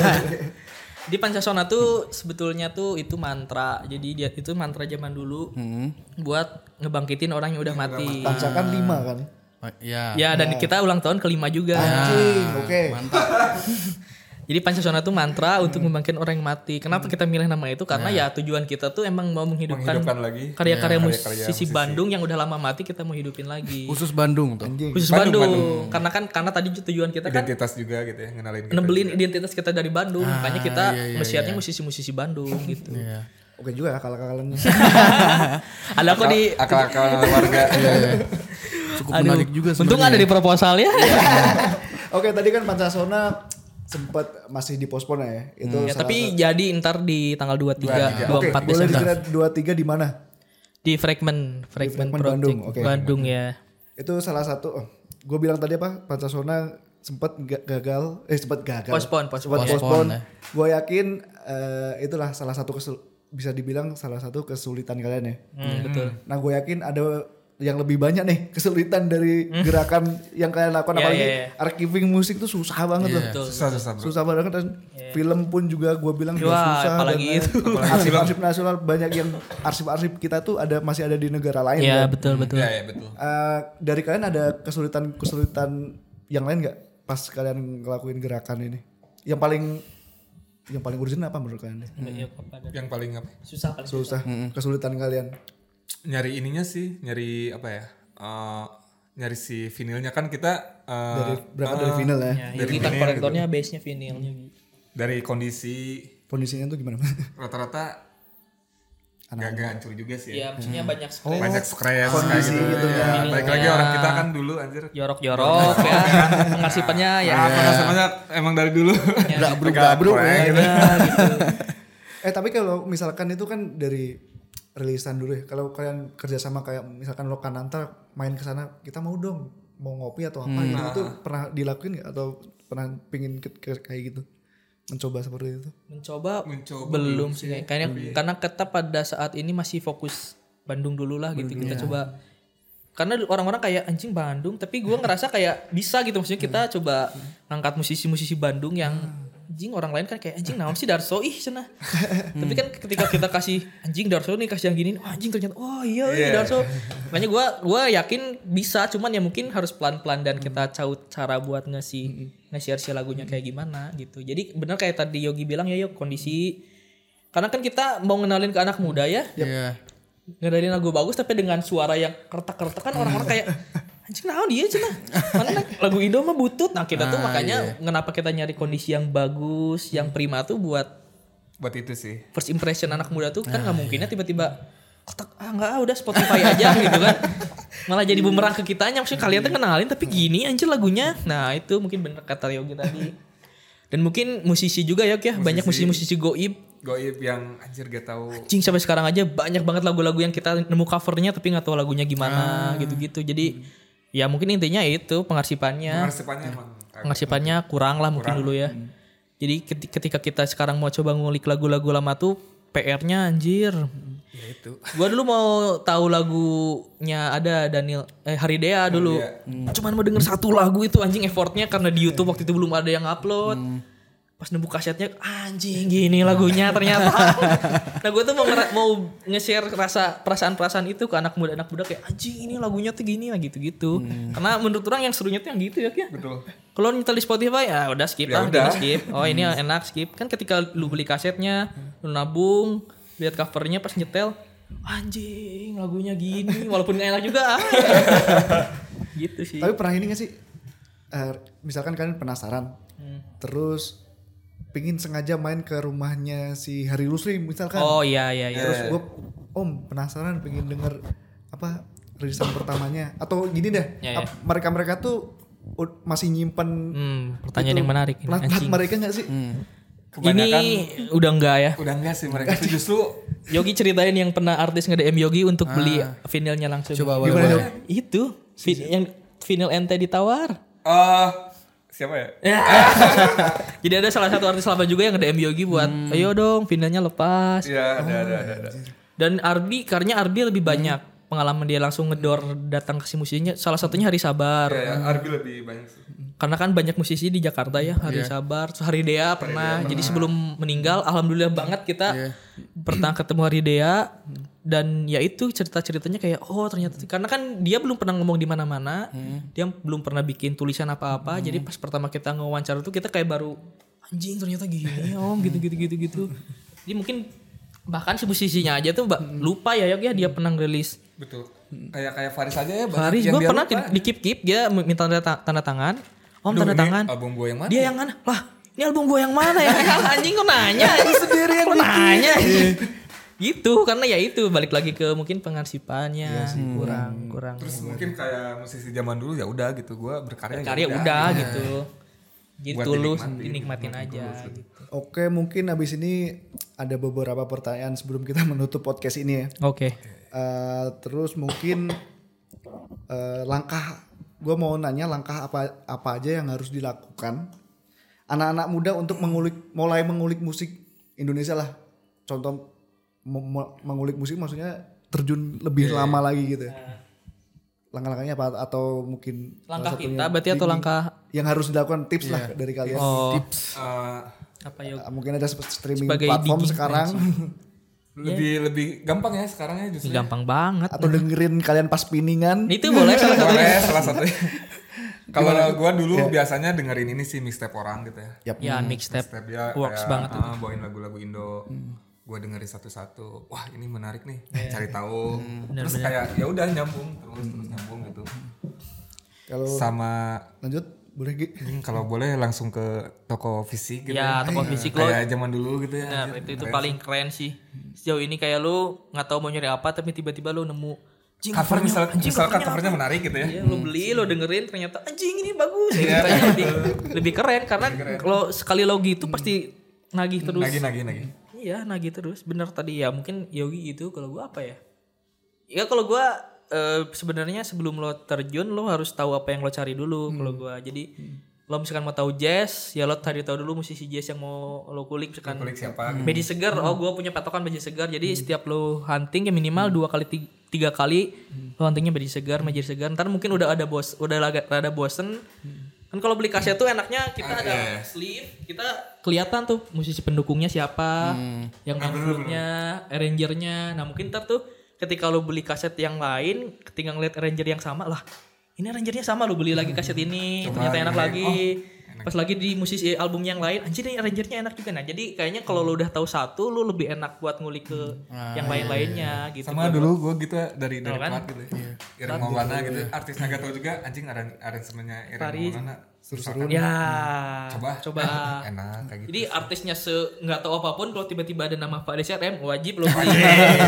Di Pancasona tuh sebetulnya tuh itu mantra. Jadi dia itu mantra zaman dulu buat ngebangkitin orang yang udah mati. Pancakan lima kan. Oh, ya. Ya dan kita ulang tahun kelima juga. Anjing, oke. Jadi Pancasona tuh mantra untuk membangkitkan orang yang mati. Kenapa kita milih nama itu? Karena ya tujuan kita tuh emang mau menghidupkan, Menghidupkan lagi. karya-karya Ya, musisi karya-karya musisi. Bandung yang udah lama mati kita mau hidupin lagi. Khusus Bandung tuh. Khusus Bandung, Bandung. Karena kan karena tadi tujuan kita kan Identitas juga gitu ya, ngenalin kita. nebelin identitas kita dari Bandung. Makanya kita iya, iya, nge-share-nya musisi-musisi Bandung gitu. Iya. Oke juga akal-akalannya. Ada kok di Akal-akal warga. Cukup Aduh, menarik juga untung sebenarnya. ada di proposal ya. Oke, tadi kan Pancasona sempat masih dipospon ya. Itu Ya, salah tapi satu- jadi ntar di tanggal dua puluh tiga, dua puluh Oke, empat boleh Desember. dikira dua tiga di mana? Di Fragment, Fragment Fragment Project Bandung, oke. Bandung ya. Itu salah satu oh, gue bilang tadi apa? Pancasona sempat ga- gagal, eh sempat gagal. Postpone, postpone. Sempat Ya. postpone. ya. Gue yakin eh, itulah salah satu kesul- bisa dibilang salah satu kesulitan kalian ya. Hmm, betul. Nah, gue yakin ada yang lebih banyak nih kesulitan dari gerakan yang kalian lakukan, Ya, apalagi ya, ya. archiving musik tuh susah banget loh. Betul. Susah-susah bro. Susah banget dan film pun juga gue bilang juga Wah, susah. apalagi dan itu. lain. Arsip-arsip nasional banyak yang arsip-arsip kita tuh ada masih ada di negara lain. Ya, kan. betul betul. Ya, ya betul. Eh, dari kalian ada kesulitan-kesulitan yang lain nggak pas kalian ngelakuin gerakan ini? Yang paling yang paling urgent apa menurut kalian? Ya, kepada- Yang paling apa? Susah paling Susah. Kesulitan kalian. Nyari ininya sih, nyari apa ya? Eh, nyari si vinilnya kan kita eh, Dari berangkat dari final ya. Ya, Dari gitar vinyl kolektornya base-nya vinilnya gitu. dari kondisi Kondisinya tuh gimana? rata-rata gak hancur juga sih Ya, ya. maksudnya banyak scratch, Banyak stres kondisi kayak gitu, gitu ya. ya. Baik lagi Ya. orang kita kan dulu anjir. jorok-jorok ya. Pengarsipannya ya. Ah, penghasilannya emang dari dulu. Gabruk-gabruk ya. Ya, gitu. Eh tapi kalau misalkan itu kan dari rilisan dulu ya. Kalau kalian kerjasama kayak misalkan lo Kananta main ke sana, kita mau dong mau ngopi atau apa gitu. Itu pernah dilakuin nggak atau pernah pingin ke, ke- kayak gitu? Mencoba seperti itu? Mencoba, Mencoba belum sih kayaknya karena kita pada saat ini masih fokus Bandung dulu lah gitu. Kita coba karena orang-orang kayak anjing Bandung, tapi gue ngerasa kayak bisa gitu, maksudnya kita coba ngangkat musisi-musisi Bandung yang anjing orang lain kan kayak anjing naon sih Darso ih cenah. Tapi kan ketika kita kasih anjing Darso nih kasih yang gini, oh, anjing ternyata oh iya iya Darso. Makanya gue gue yakin bisa, cuman ya mungkin harus pelan-pelan dan kita caut cara buat ngasih nge-share lagunya kayak gimana gitu. Jadi benar kayak tadi Yogi bilang ya yuk kondisi karena kan kita mau ngenalin ke anak muda ya. Iya. Ngedengerin lagu bagus tapi dengan suara yang kertak-kertak kan orang-orang kayak anjing naon dia cenah. Mana lagu Indo mah butut. Nah, kita tuh Ah, makanya kenapa kita nyari kondisi yang bagus, yang prima tuh buat Buat itu sih. first impression anak muda tuh kan nggak mungkinnya tiba-tiba kotak ah enggak ah, udah Spotify aja gitu kan. Malah jadi bumerang ke kitanya, maksudnya kalian tuh kenalin tapi gini anjir lagunya. Nah, itu mungkin bener kata Yogi tadi. Dan mungkin musisi juga ya, ya. Banyak musisi-musisi goib. Goib yang anjir gak tahu. Cing sampai sekarang aja banyak banget lagu-lagu yang kita nemu covernya tapi nggak tahu lagunya gimana gitu-gitu. Jadi Ya mungkin intinya itu pengarsipannya. Pengarsipannya emang Pengarsipannya kurang lah mungkin Kurang. dulu ya. Jadi keti- ketika kita sekarang mau coba ngulik lagu-lagu lama tuh P R-nya anjir. Ya itu. Gua dulu mau tahu lagunya ada Daniel eh Haridea dulu. Cuman mau denger satu lagu itu anjing effortnya karena di YouTube waktu itu belum ada yang upload. Pas nemu kasetnya anjing gini lagunya ternyata. Nah gue tuh mau ngera- mau nge-share rasa perasaan-perasaan itu ke anak muda anak muda kayak anjing ini lagunya tuh gini lah gitu-gitu. Karena menurut orang yang serunya tuh yang gitu ya Kia. Betul. Kalau nyetel di Spotify ya udah skip Ya lah, udah. kita skip. Oh ini enak skip. Kan ketika lu beli kasetnya, lu nabung, lihat covernya pas nyetel, anjing lagunya gini, walaupun gak enak juga. Gitu sih. Tapi pernah ini gak sih? Eh, misalkan kalian penasaran, Hmm. terus pingin sengaja main ke rumahnya si Hari Lusri misalkan. Oh iya iya iya. Terus gue, om penasaran pengen denger apa rilisan pertamanya. Atau gini deh, Ya, ya. ap- mereka-mereka tuh u- masih nyimpen Hmm, pertanyaan itu, yang menarik ini, plat-plat anjing. mereka gak sih? Kebanyakan Ini udah enggak ya. udah enggak sih mereka tuh justru Yogi ceritain yang pernah artis nge-D M Yogi untuk beli vinilnya langsung. Coba boleh, Gimana boleh. dong? Itu vin- yang vinil ente ditawar. eh siapa ya? Jadi ada salah satu artis lama juga yang nge-D M Yogi buat, ayo dong vinilnya lepas. Iya, ada ada ada ada. Dan Ardi, karena Ardi lebih banyak pengalaman dia langsung ngedor datang ke si musisinya. Salah satunya Hari Sabar. Ya, ya, Arbi lebih banyak sih. Karena kan banyak musisi di Jakarta ya, Hari Sabar, terus Hari Dea pernah. Jadi sebelum meninggal, alhamdulillah banget kita pernah ketemu Hari Dea. Dan ya itu cerita-ceritanya kayak oh ternyata karena kan dia belum pernah ngomong di mana-mana, dia belum pernah bikin tulisan apa-apa. Jadi pas pertama kita ngewawancara tuh kita kayak baru anjing ternyata gini om gitu-gitu gitu-gitu. Jadi mungkin bahkan si musisinya aja tuh mbak lupa ya ya dia pernah ngerilis. Betul. Kayak kayak Faris aja ya. banyak Faris yang gue dia lupa lupa. di keep keep dia minta tanda, tanda tangan. Om Aduh, tanda ini tangan. album gua yang mana Dia ya? yang mana? Lah ini album gue yang mana ya? Anjing kok nanya? Sendiri yang nanya. Gitu karena ya itu balik lagi ke mungkin pengarsipannya kurang kurang. Terus mungkin kayak musisi zaman dulu ya udah gitu gua berkarya, Karya ya udah gitu. Jadi Buat tulus dinikmati, dinikmatin dinikmati aja tulus. gitu. Oke, mungkin abis ini ada beberapa pertanyaan sebelum kita menutup podcast ini ya. Oke. Eh, terus mungkin eh, langkah, gue mau nanya langkah apa apa aja yang harus dilakukan anak-anak muda untuk mengulik, mulai mengulik musik Indonesia lah. Contoh me- me- mengulik musik maksudnya terjun lebih lama lagi gitu. ya. Langkah-langkahnya apa atau mungkin Langkah salah satunya kita berarti atau di- langkah yang harus dilakukan tips lah dari kalian. oh Eh, apa ya? Ah, mungkin ada sp- streaming Sebagai platform D J sekarang lebih lebih gampang ya sekarang ya Ini justru. gampang banget. atau dengerin kalian pas spinningan. Itu boleh salah satu. Boleh salah satunya. Kalau gua dulu biasanya dengerin ini sih mixtape orang gitu ya. Yap. Ya mixtape Mixtape dia works kayak, banget tuh. ah, bawain lagu-lagu Indo. Gua dengerin satu-satu. Wah, ini menarik nih. Cari tahu. Terus kayak ya udah nyambung terus terus nyambung gitu. Kalau Sama lanjut boleh Gi? hmm, kalau boleh langsung ke toko fisik gitu. Ya toko fisik lo. Kayak zaman dulu gitu ya. Benar, itu itu paling keren sih. Sejauh ini kayak lu nggak tahu mau nyari apa tapi tiba-tiba lu nemu anjing, Cover covernya- misal, anjing, misalkan covernya covernya apa? menarik gitu ya. Iya, lu beli, lu dengerin ternyata anjing ini bagus. Ceritanya lebih lebih keren karena kalau sekali lo gitu pasti nagih terus. Nagih nagih nagih. Iya, nagih terus. Bener tadi ya mungkin Yogi gitu. Kalau gua apa ya? Ya kalau gua eh, sebenarnya sebelum lo terjun lo harus tahu apa yang lo cari dulu kalau gua. Jadi lo misalkan mau tahu jazz, ya lo cari tahu dulu musisi jazz yang mau lo kulik misalkan. Kulik siapa gitu. Beji Segar, oh gue punya patokan Beji Segar. Jadi setiap lo hunting ya minimal dua kali tiga, tiga kali lo huntingnya Beji Segar, Beji Segar. Ntar mungkin udah ada bos, udah agak rada bosen. Kan kalau beli kaset tuh enaknya kita Ah, ada iya. sleeve, kita kelihatan tuh musisi pendukungnya siapa, yang main arrangernya. Nah mungkin ntar tuh ketika lo beli kaset yang lain, ketika ngeliat arranger yang sama lah, ini arrangernya sama lo beli lagi kaset ini, Coba ternyata enak dengerin. lagi. Oh, Pas lagi di musisi album yang lain, anjir nih arrangernya enak juga. Nah jadi kayaknya kalau lo udah tahu satu, lo lebih enak buat ngulik ke yang lain-lainnya gitu. Sama dulu gue gitu ya, dari dari Tau kan? plat gitu ya. Ireng Maulana gitu. Artisnya gak tau juga anjing aran- aransemennya Ireng Faris. Maulana. Seru-seru. Ya, Coba. coba. Enak kayak gitu. Jadi artisnya se nggak tahu apapun kalau tiba-tiba ada nama Pak D C R M wajib lo beli.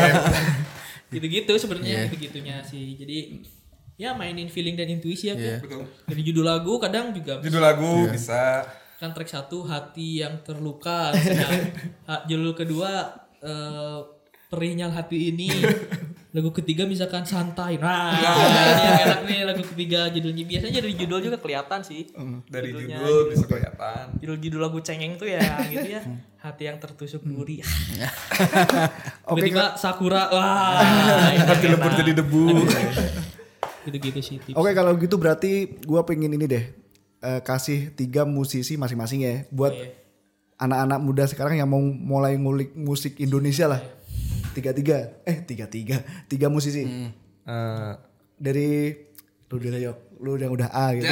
Gitu-gitu sebenarnya gitu-gitunya sih. Jadi ya mainin feeling dan intuisi ya. Ki. Betul. Dari judul lagu kadang juga Judul lagu bisa kan track satu hati yang terluka, misalnya. Ha- judul kedua eh, perihnya hati ini. Lagu ketiga misalkan santai. Nah, ini yang enak nih lagu ketiga judulnya. Biasanya dari judul juga kelihatan sih. Dari Judulnya, judul bisa kelihatan. Judul-judul lagu cengeng tuh ya gitu ya. Hati yang tertusuk duri. Oke, Tiba-tiba Sakura. Wah, Hati lembut jadi debu. Gitu-gitu sih tips. Oke kalau gitu berarti gue pengen ini deh eh, kasih tiga musisi masing-masing ya buat Iya. anak-anak muda sekarang yang mau mulai ngulik musik Indonesia lah. Tiga-tiga, eh tiga-tiga, tiga musisi Eh, dari lu udah yok, lu udah udah A gitu.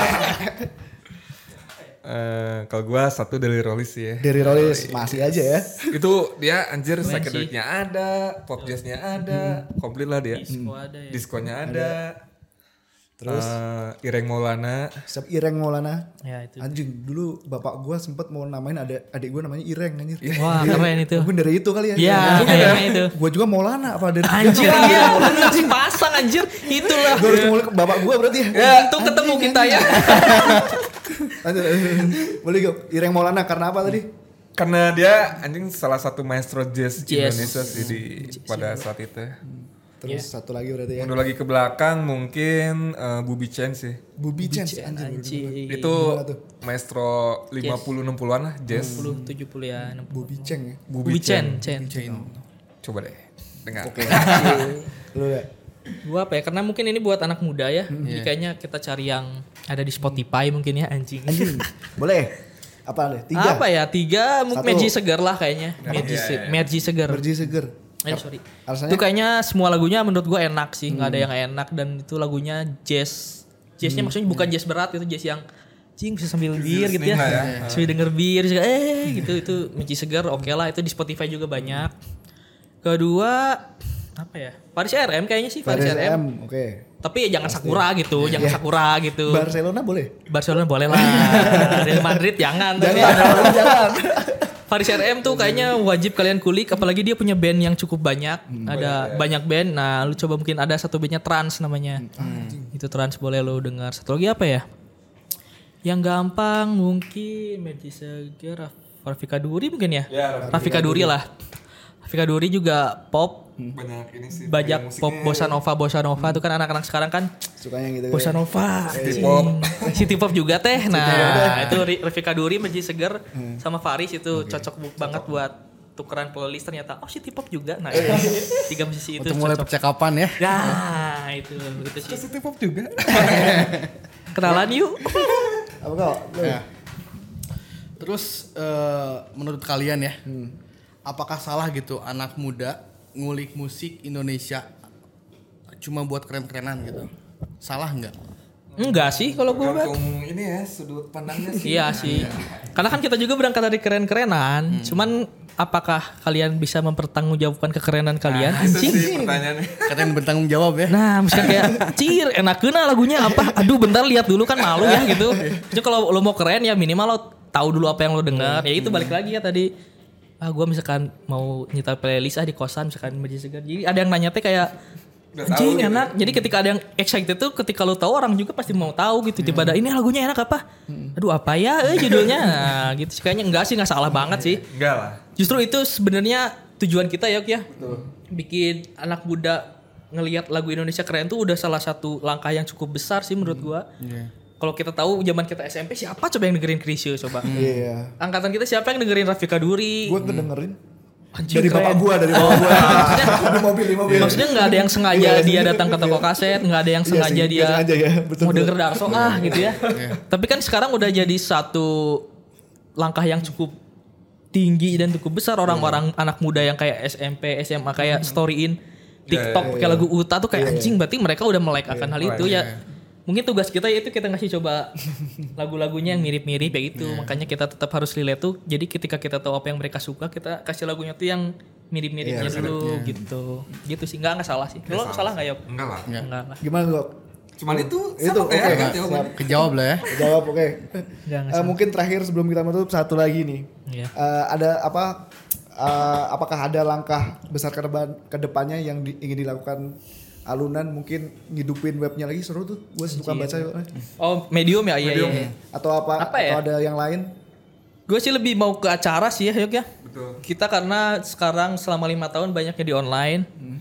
eh, kalau gue satu dari Rollis sih ya. Dari Rollis masih aja ya. Itu dia anjir Keren psychedelicnya ada, pop jazznya ada, komplit lah dia. Disco ada ya. Diskonya ada. Terus Eh, Ireng Maulana. Siap Ireng Maulana. Ya itu. Anjing dulu bapak gua sempet mau namain ada adik gua namanya Ireng anjir. Wah, keren itu. Mungkin dari itu kali ya. Iya, Mungkin kayaknya itu. Gua juga Maulana apa dari Anjir iya, langsung pasang anjir. Itulah. Gua harus ngulik bapak gua berarti ya. Ya, untung ketemu kita ya. Lanjut, lanjut. Boleh Gop. Ireng Maulana karena apa tadi? Karena dia anjing salah satu maestro jazz Jazz. Indonesia sih di pada saat itu. Terus satu lagi berarti ya. Mundur lagi ke belakang mungkin eh, Bubi Chen sih. Bubi Chance anjir. Anjir. Itu Gimana tuh? maestro lima puluh enam puluhan lah jazz. enam puluh tujuh puluh ya. enam puluh. Bubi Cheng ya. Bubi Chen, Chen. Coba deh dengar. Oke. Lu ya. Gua apa ya? Karena mungkin ini buat anak muda ya. Jadi kayaknya kita cari yang ada di Spotify mungkin ya anjing. Anjing. Boleh. Apa deh? Tiga. Apa ya? Tiga mungkin Satu. Mergi Segar lah kayaknya. Mergi iya, Se- iya. Mergi Segar. Berji seger. Eh sorry. Alasannya? Itu kayaknya semua lagunya menurut gue enak sih, nggak ada yang gak enak dan itu lagunya jazz. Jazznya maksudnya bukan jazz berat, itu jazz yang cing bisa sambil bir gitu ya. listening lah ya. Sambil denger bir juga eh gitu itu Michi Segar oke lah itu di Spotify juga banyak. Kedua apa ya? Paris R M kayaknya sih Paris, Paris R M. M. Oke. Tapi ya jangan Sakura gitu, jangan Sakura gitu. Barcelona boleh? Barcelona boleh lah. Real Madrid jangan. tapi- Jangan, jangan. Faris R M tuh kayaknya wajib kalian kulik, apalagi dia punya band yang cukup banyak. Ada banyak band. Nah, lu coba mungkin ada satu bandnya Trans namanya. Itu Trans boleh lu dengar. Satu lagi apa ya? Yang gampang mungkin Mergi Segar, Rafika Duri mungkin ya? Ya, Rafika Duri lah. Rafika Duri juga pop, banyak ini sih. banyak pop bossa nova, bossa nova tuh kan anak-anak sekarang kan Sukanya gitu. bossa nova, City pop. city pop juga teh. Nah, itu Ri- Rafika Duri, Mergi Segar sama Faris itu cocok bu- banget buat tukeran playlist ternyata. Oh, city pop juga. Nah, tiga musisi itu Untuk mulai cocok. percakapan ya. Nah, itu begitu sih. City pop juga. Kenalan yuk. Apa kau? Lu? Ya. Terus eh, menurut kalian ya, apakah salah gitu anak muda ngulik musik Indonesia cuma buat keren-kerenan gitu? Salah nggak? Enggak sih kalau gue. Tergantung ini ya sudut pandangnya sih. Iya sih. Karena kan kita juga berangkat dari keren-kerenan. Cuman apakah kalian bisa mempertanggungjawabkan kekerenan kalian? Itu Anjing. sih pertanyaannya. Kata yang bertanggung jawab ya. Nah, misalnya kayak cir enak kena lagunya apa? Aduh, bentar lihat dulu kan malu ya gitu. Jadi kalau lo mau keren ya minimal lo tahu dulu apa yang lo dengar. Ya itu balik lagi ya tadi. Ah, gue misalkan mau nyetel playlist ah di kosan misalkan Mergi Segar. Jadi ada yang nanya teh kayak Udah tahu anjing gitu. enak. Jadi ketika ada yang excited tuh ketika lo tahu orang juga pasti mau tahu gitu. Tiba ada ini lagunya enak apa? Aduh apa ya eh judulnya. Nah, gitu sih kayaknya enggak sih enggak salah banget sih. Enggak lah. Justru itu sebenarnya tujuan kita ya, ya. Bikin anak muda ngelihat lagu Indonesia keren tuh udah salah satu langkah yang cukup besar sih menurut gua. Kalau kita tahu zaman kita S M P siapa coba yang dengerin Chrisye coba? Iya. Angkatan kita siapa yang dengerin Rafika Duri? Gue kedengerin. Anjing, Dari keren. bapak gua, dari bapak gua. Di mobil, di mobil. Maksudnya nggak ada yang sengaja dia datang ke toko kaset, nggak ada yang Iya sengaja sih, dia nggak sengaja ya, betul, mau betul. denger Darso ah gitu ya. Tapi kan sekarang udah jadi satu langkah yang cukup tinggi dan cukup besar orang-orang anak muda yang kayak S M P, S M A kayak storyin TikTok pakai lagu Uta tuh kayak anjing berarti mereka udah melek akan hal itu ya. Mungkin tugas kita yaitu kita ngasih coba lagu-lagunya yang mirip-mirip ya gitu. Makanya kita tetap harus relate tuh. Jadi ketika kita tahu apa yang mereka suka, kita kasih lagunya tuh yang mirip-miripnya dulu gitu. Gitu sih, enggak enggak salah sih. Lo salah enggak, Yok? Enggak lah. Enggak lah. Gimana gua? Cuman itu Itu sama oke. kayak Siap. gitu jawabannya. Kejawab lah ya. Jawab oke. Enggak enggak Eh, mungkin terakhir sebelum kita menutup satu lagi nih. Iya. Eh, ada apa? eh, apakah ada langkah besar ke depan ke depannya yang di- ingin dilakukan alunan mungkin ngidupin webnya lagi seru tuh. Gue suka baca Oh, medium ya, iya iya. atau apa, Apa atau ya? ada yang lain? Gue sih lebih mau ke acara sih ya, Yok ya. Betul. Kita karena sekarang selama lima tahun banyaknya di online.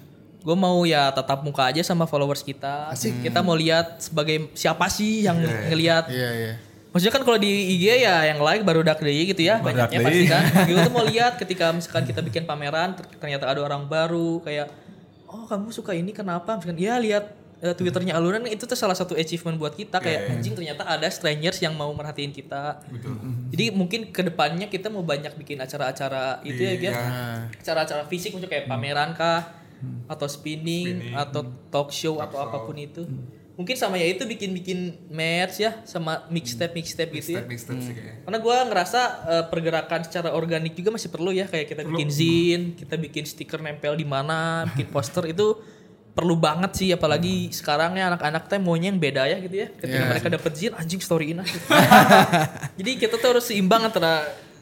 gue mau ya tatap muka aja sama followers kita. Asik. Kita mau lihat sebagai siapa sih yang ngelihat. Iya, iya. Maksudnya kan kalau di I G ya yang like baru dak deui gitu ya, banyaknya pasti kan. Gitu tuh mau lihat ketika misalkan kita bikin pameran ternyata ada orang baru kayak oh kamu suka ini kenapa? Misalkan ya lihat uh, Twitternya Alunan itu tuh salah satu achievement buat kita kayak anjing ternyata ada strangers yang mau merhatiin kita. Betul. Jadi mungkin kedepannya kita mau banyak bikin acara-acara itu ya Gian. Acara-acara fisik untuk kayak pameran kah atau spinning, spinning atau talk show talk atau show. Apapun itu. Mungkin sama ya itu bikin-bikin merch ya sama mixtape mixtape gitu ya. Mixtape sih kayaknya. Karena gue ngerasa uh, pergerakan secara organik juga masih perlu ya kayak kita perlu. Bikin zine, kita bikin stiker nempel di mana, bikin poster itu perlu banget sih apalagi sekarang ya anak-anak teh maunya yang beda ya gitu ya. Ketika yeah. mereka dapet zine anjing storyin aja. Jadi kita tuh harus seimbang antara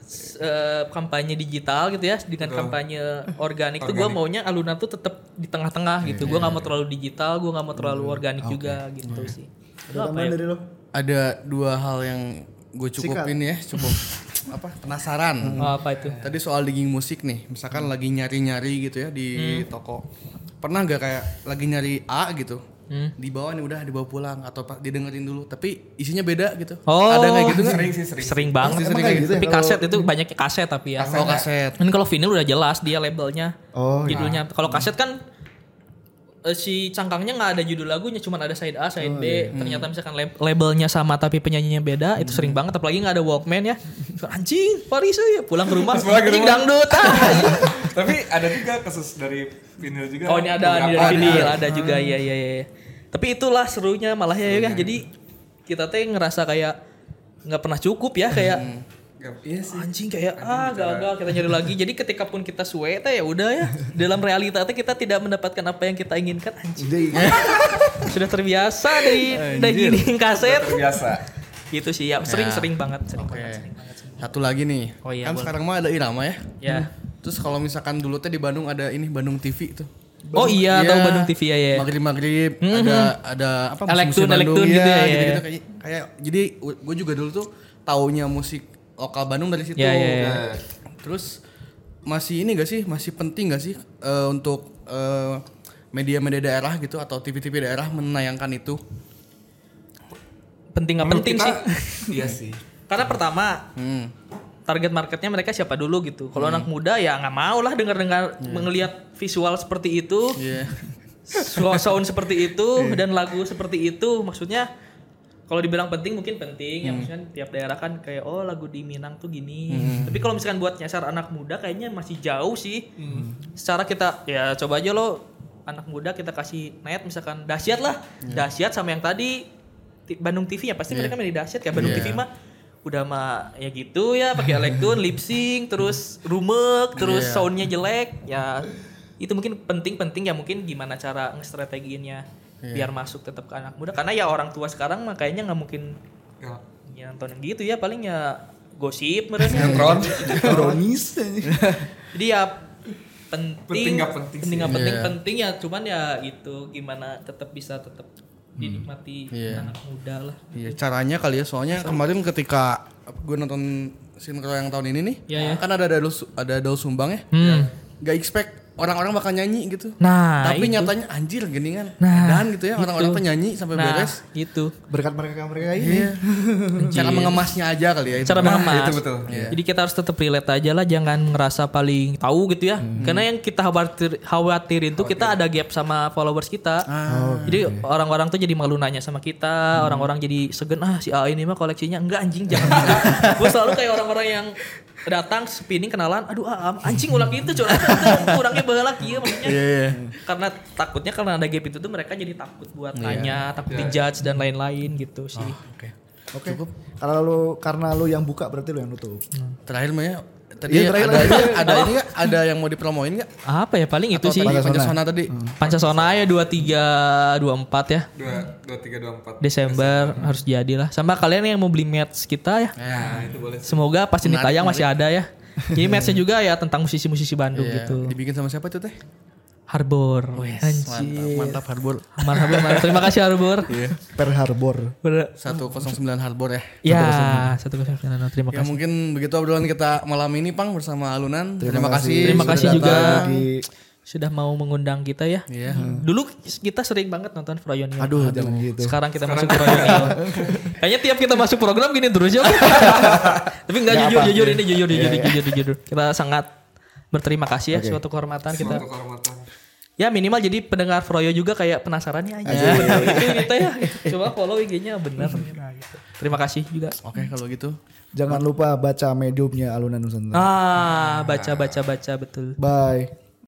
Uh, kampanye digital gitu ya dengan Betul. Kampanye organik tuh gue maunya Alunan tuh tetap di tengah-tengah gitu. Gue nggak mau terlalu digital, gue nggak mau terlalu organik okay. juga gitu hmm. sih. Ada apa ya? Dari lo? Ada dua hal yang gue cukup ini ya, cukup apa penasaran. Hmm. Oh, apa itu? Tadi soal digging musik nih, misalkan hmm. lagi nyari-nyari gitu ya di hmm. toko. Pernah nggak kayak lagi nyari A gitu? Hmm. Dibawa nih udah dibawa pulang atau pak didengerin dulu tapi isinya beda gitu. Oh, ada kayak gitu nggak? Sering sih sering. Sering banget. Sering kayak gitu. Tapi kaset itu banyak kaset tapi ya. Kaset. Oh kaset. Ini kalau vinyl udah jelas dia labelnya, oh, judulnya. Ya. Kalau kaset kan uh, si cangkangnya nggak ada judul lagunya, cuma ada side A, side oh, B. Iya. Ternyata misalkan lab- labelnya sama tapi penyanyinya beda, hmm. itu sering banget. Apalagi nggak ada Walkman ya. Anjing, Paris ya pulang ke rumah. Anjing dangdut. Tapi ada juga kasus dari vinyl juga. Oh ini ada dari vinyl ada juga ya ya ya. Tapi itulah serunya malah ya ya. Jadi kita teh ngerasa kayak nggak pernah cukup ya kayak hmm. Iya sih. Anjing kayak ah gagal kita nyari lagi. Jadi ketika pun kita suwe teh ya udah ya. Dalam realita teh kita tidak mendapatkan apa yang kita inginkan anjing. Sudah terbiasa dari daging kaset. Sudah terbiasa. Gitu sih ya. Sering-sering banget, sering okay. banget, sering banget. Sering Satu lagi nih. Oh, iya, kan boleh. sekarang mah ada Irama ya. Ya. Terus kalau misalkan dulu teh di Bandung ada ini Bandung T V tuh. Bandung, oh iya, ya, tahu Bandung T V ya ya. Maghrib-maghrib mm-hmm. ada ada apa Elektron, musik Bandung elektron ya, gitu ya. Gitu-gitu kayak kayak jadi gue juga dulu tuh taunya musik lokal Bandung dari situ. Ya, ya, ya. Nah, terus masih ini gak sih masih penting gak sih uh, untuk uh, media-media daerah gitu atau T V-T V daerah menayangkan itu? Penting nggak penting kita, sih? Iya sih. Karena pertama. Hmm. Target marketnya mereka siapa dulu gitu. Kalau hmm. anak muda ya nggak mau lah dengar-dengar yeah. melihat visual seperti itu, yeah. sound seperti itu yeah. dan lagu seperti itu. Maksudnya kalau dibilang penting mungkin penting. Hmm. Ya maksudnya tiap daerah kan kayak oh lagu di Minang tuh gini. Hmm. Tapi kalau misalkan buat nyasar anak muda kayaknya masih jauh sih. Hmm. Secara kita ya coba aja lo anak muda kita kasih net misalkan dahsyat lah, yeah. dahsyat sama yang tadi Bandung T V ya pasti yeah. mereka main di dahsyat kayak Bandung yeah. T V mah. Udah mah ya gitu ya pakai elektron lip sync terus rumek terus yeah. soundnya jelek ya itu mungkin penting-penting ya mungkin gimana cara ngestrategiinnya yeah. biar masuk tetap ke anak muda karena ya orang tua sekarang mah kayaknya nggak mungkin yeah. ya nonton yang gitu ya paling ya gosip mereka ironis jadi ya penting penting nggak penting penting nggak sih. penting Yeah. penting ya cuman ya gitu gimana tetap bisa tetap dinikmati yeah. anak muda lah. Iya, caranya kali ya soalnya so. Kemarin ketika gue nonton Sinkro yang tahun ini nih, yeah, yeah. kan ada Daul ada Daul Sumbang ya. Hmm. Gak expect orang-orang bakal nyanyi gitu. Nah, tapi itu. nyatanya anjir geningan. Nah, dan gitu ya orang-orang itu. tuh nyanyi sampai nah, beres. Itu. Berkat mereka mereka ini. Iya. Cara mengemasnya aja kali ya itu. Cara nah, mengemas. Itu betul. Yeah. Jadi kita harus tetap relate aja lah, jangan ngerasa paling tahu gitu ya. Hmm. Karena yang kita khawatir, khawatirin tuh kita ada gap sama followers kita. Ah, jadi okay. orang-orang tuh jadi malu nanya sama kita, hmm. orang-orang jadi segen ah si A ini mah koleksinya enggak anjing jangan gitu. Gue selalu kayak orang-orang yang datang spinning kenalan, aduh ah, anjing ulah gitu coba kurangnya baheula kieu maksudnya. Yeah, yeah. Karena takutnya karena ada gap itu tuh mereka jadi takut buat Yeah. tanya, takut Yeah. dijudge dan lain-lain gitu sih. Oke. Oke. Kalau lu karena lu yang buka berarti lu yang nutup. Terakhir mah ya tadi Iya, ada terakhir ada, lagi. ada ini gak? Ada yang mau dipromoin gak? Apa ya paling itu Atau sih. tadi Pancasona. Pancasona tadi. Hmm. Pancasona ya dua tiga dua empat ya. dua tiga dua empat Desember harus jadi lah. Sama kalian yang mau beli merch kita ya. Nah, itu boleh. Semoga pas ini Menarik, tayang masih ada ya. Jadi merchnya juga ya tentang musisi-musisi Bandung Iya. gitu. Dibikin sama siapa tuh teh? Harbor. Mantap, mantap Harbor. Mantap, mantap. Terima kasih Harbor. Iya. Per Harbor. Ber- seratus sembilan Harbor ya. ya, satu kosong sembilan. Terima Ya kasih. mungkin begitu obrolan kita malam ini Pang bersama Alunan. Terima Terima, kasih. kasih. Terima sudah kasih datang. juga. Di sudah mau mengundang kita ya. Iya. Dulu kita sering banget nonton Froyonion. Aduh, jangan gitu. Sekarang kita masuk Froyonion. Kayaknya tiap kita masuk program gini terus ya. Tapi enggak Nggak jujur, apa. jujur ini jujur, Iya, jujur, iya. jujur, jujur. Kita sangat berterima kasih ya, Oke. suatu kehormatan kita. Suatu kehormatan. Ya minimal jadi pendengar Froyo juga kayak penasarannya aja. Benar gitu kita ya. Coba follow I G-nya benar. Nah, gitu. Terima kasih juga. Oke kalau gitu. Jangan lupa baca mediumnya Alunan Nusantara. Ah, baca baca baca betul. Bye.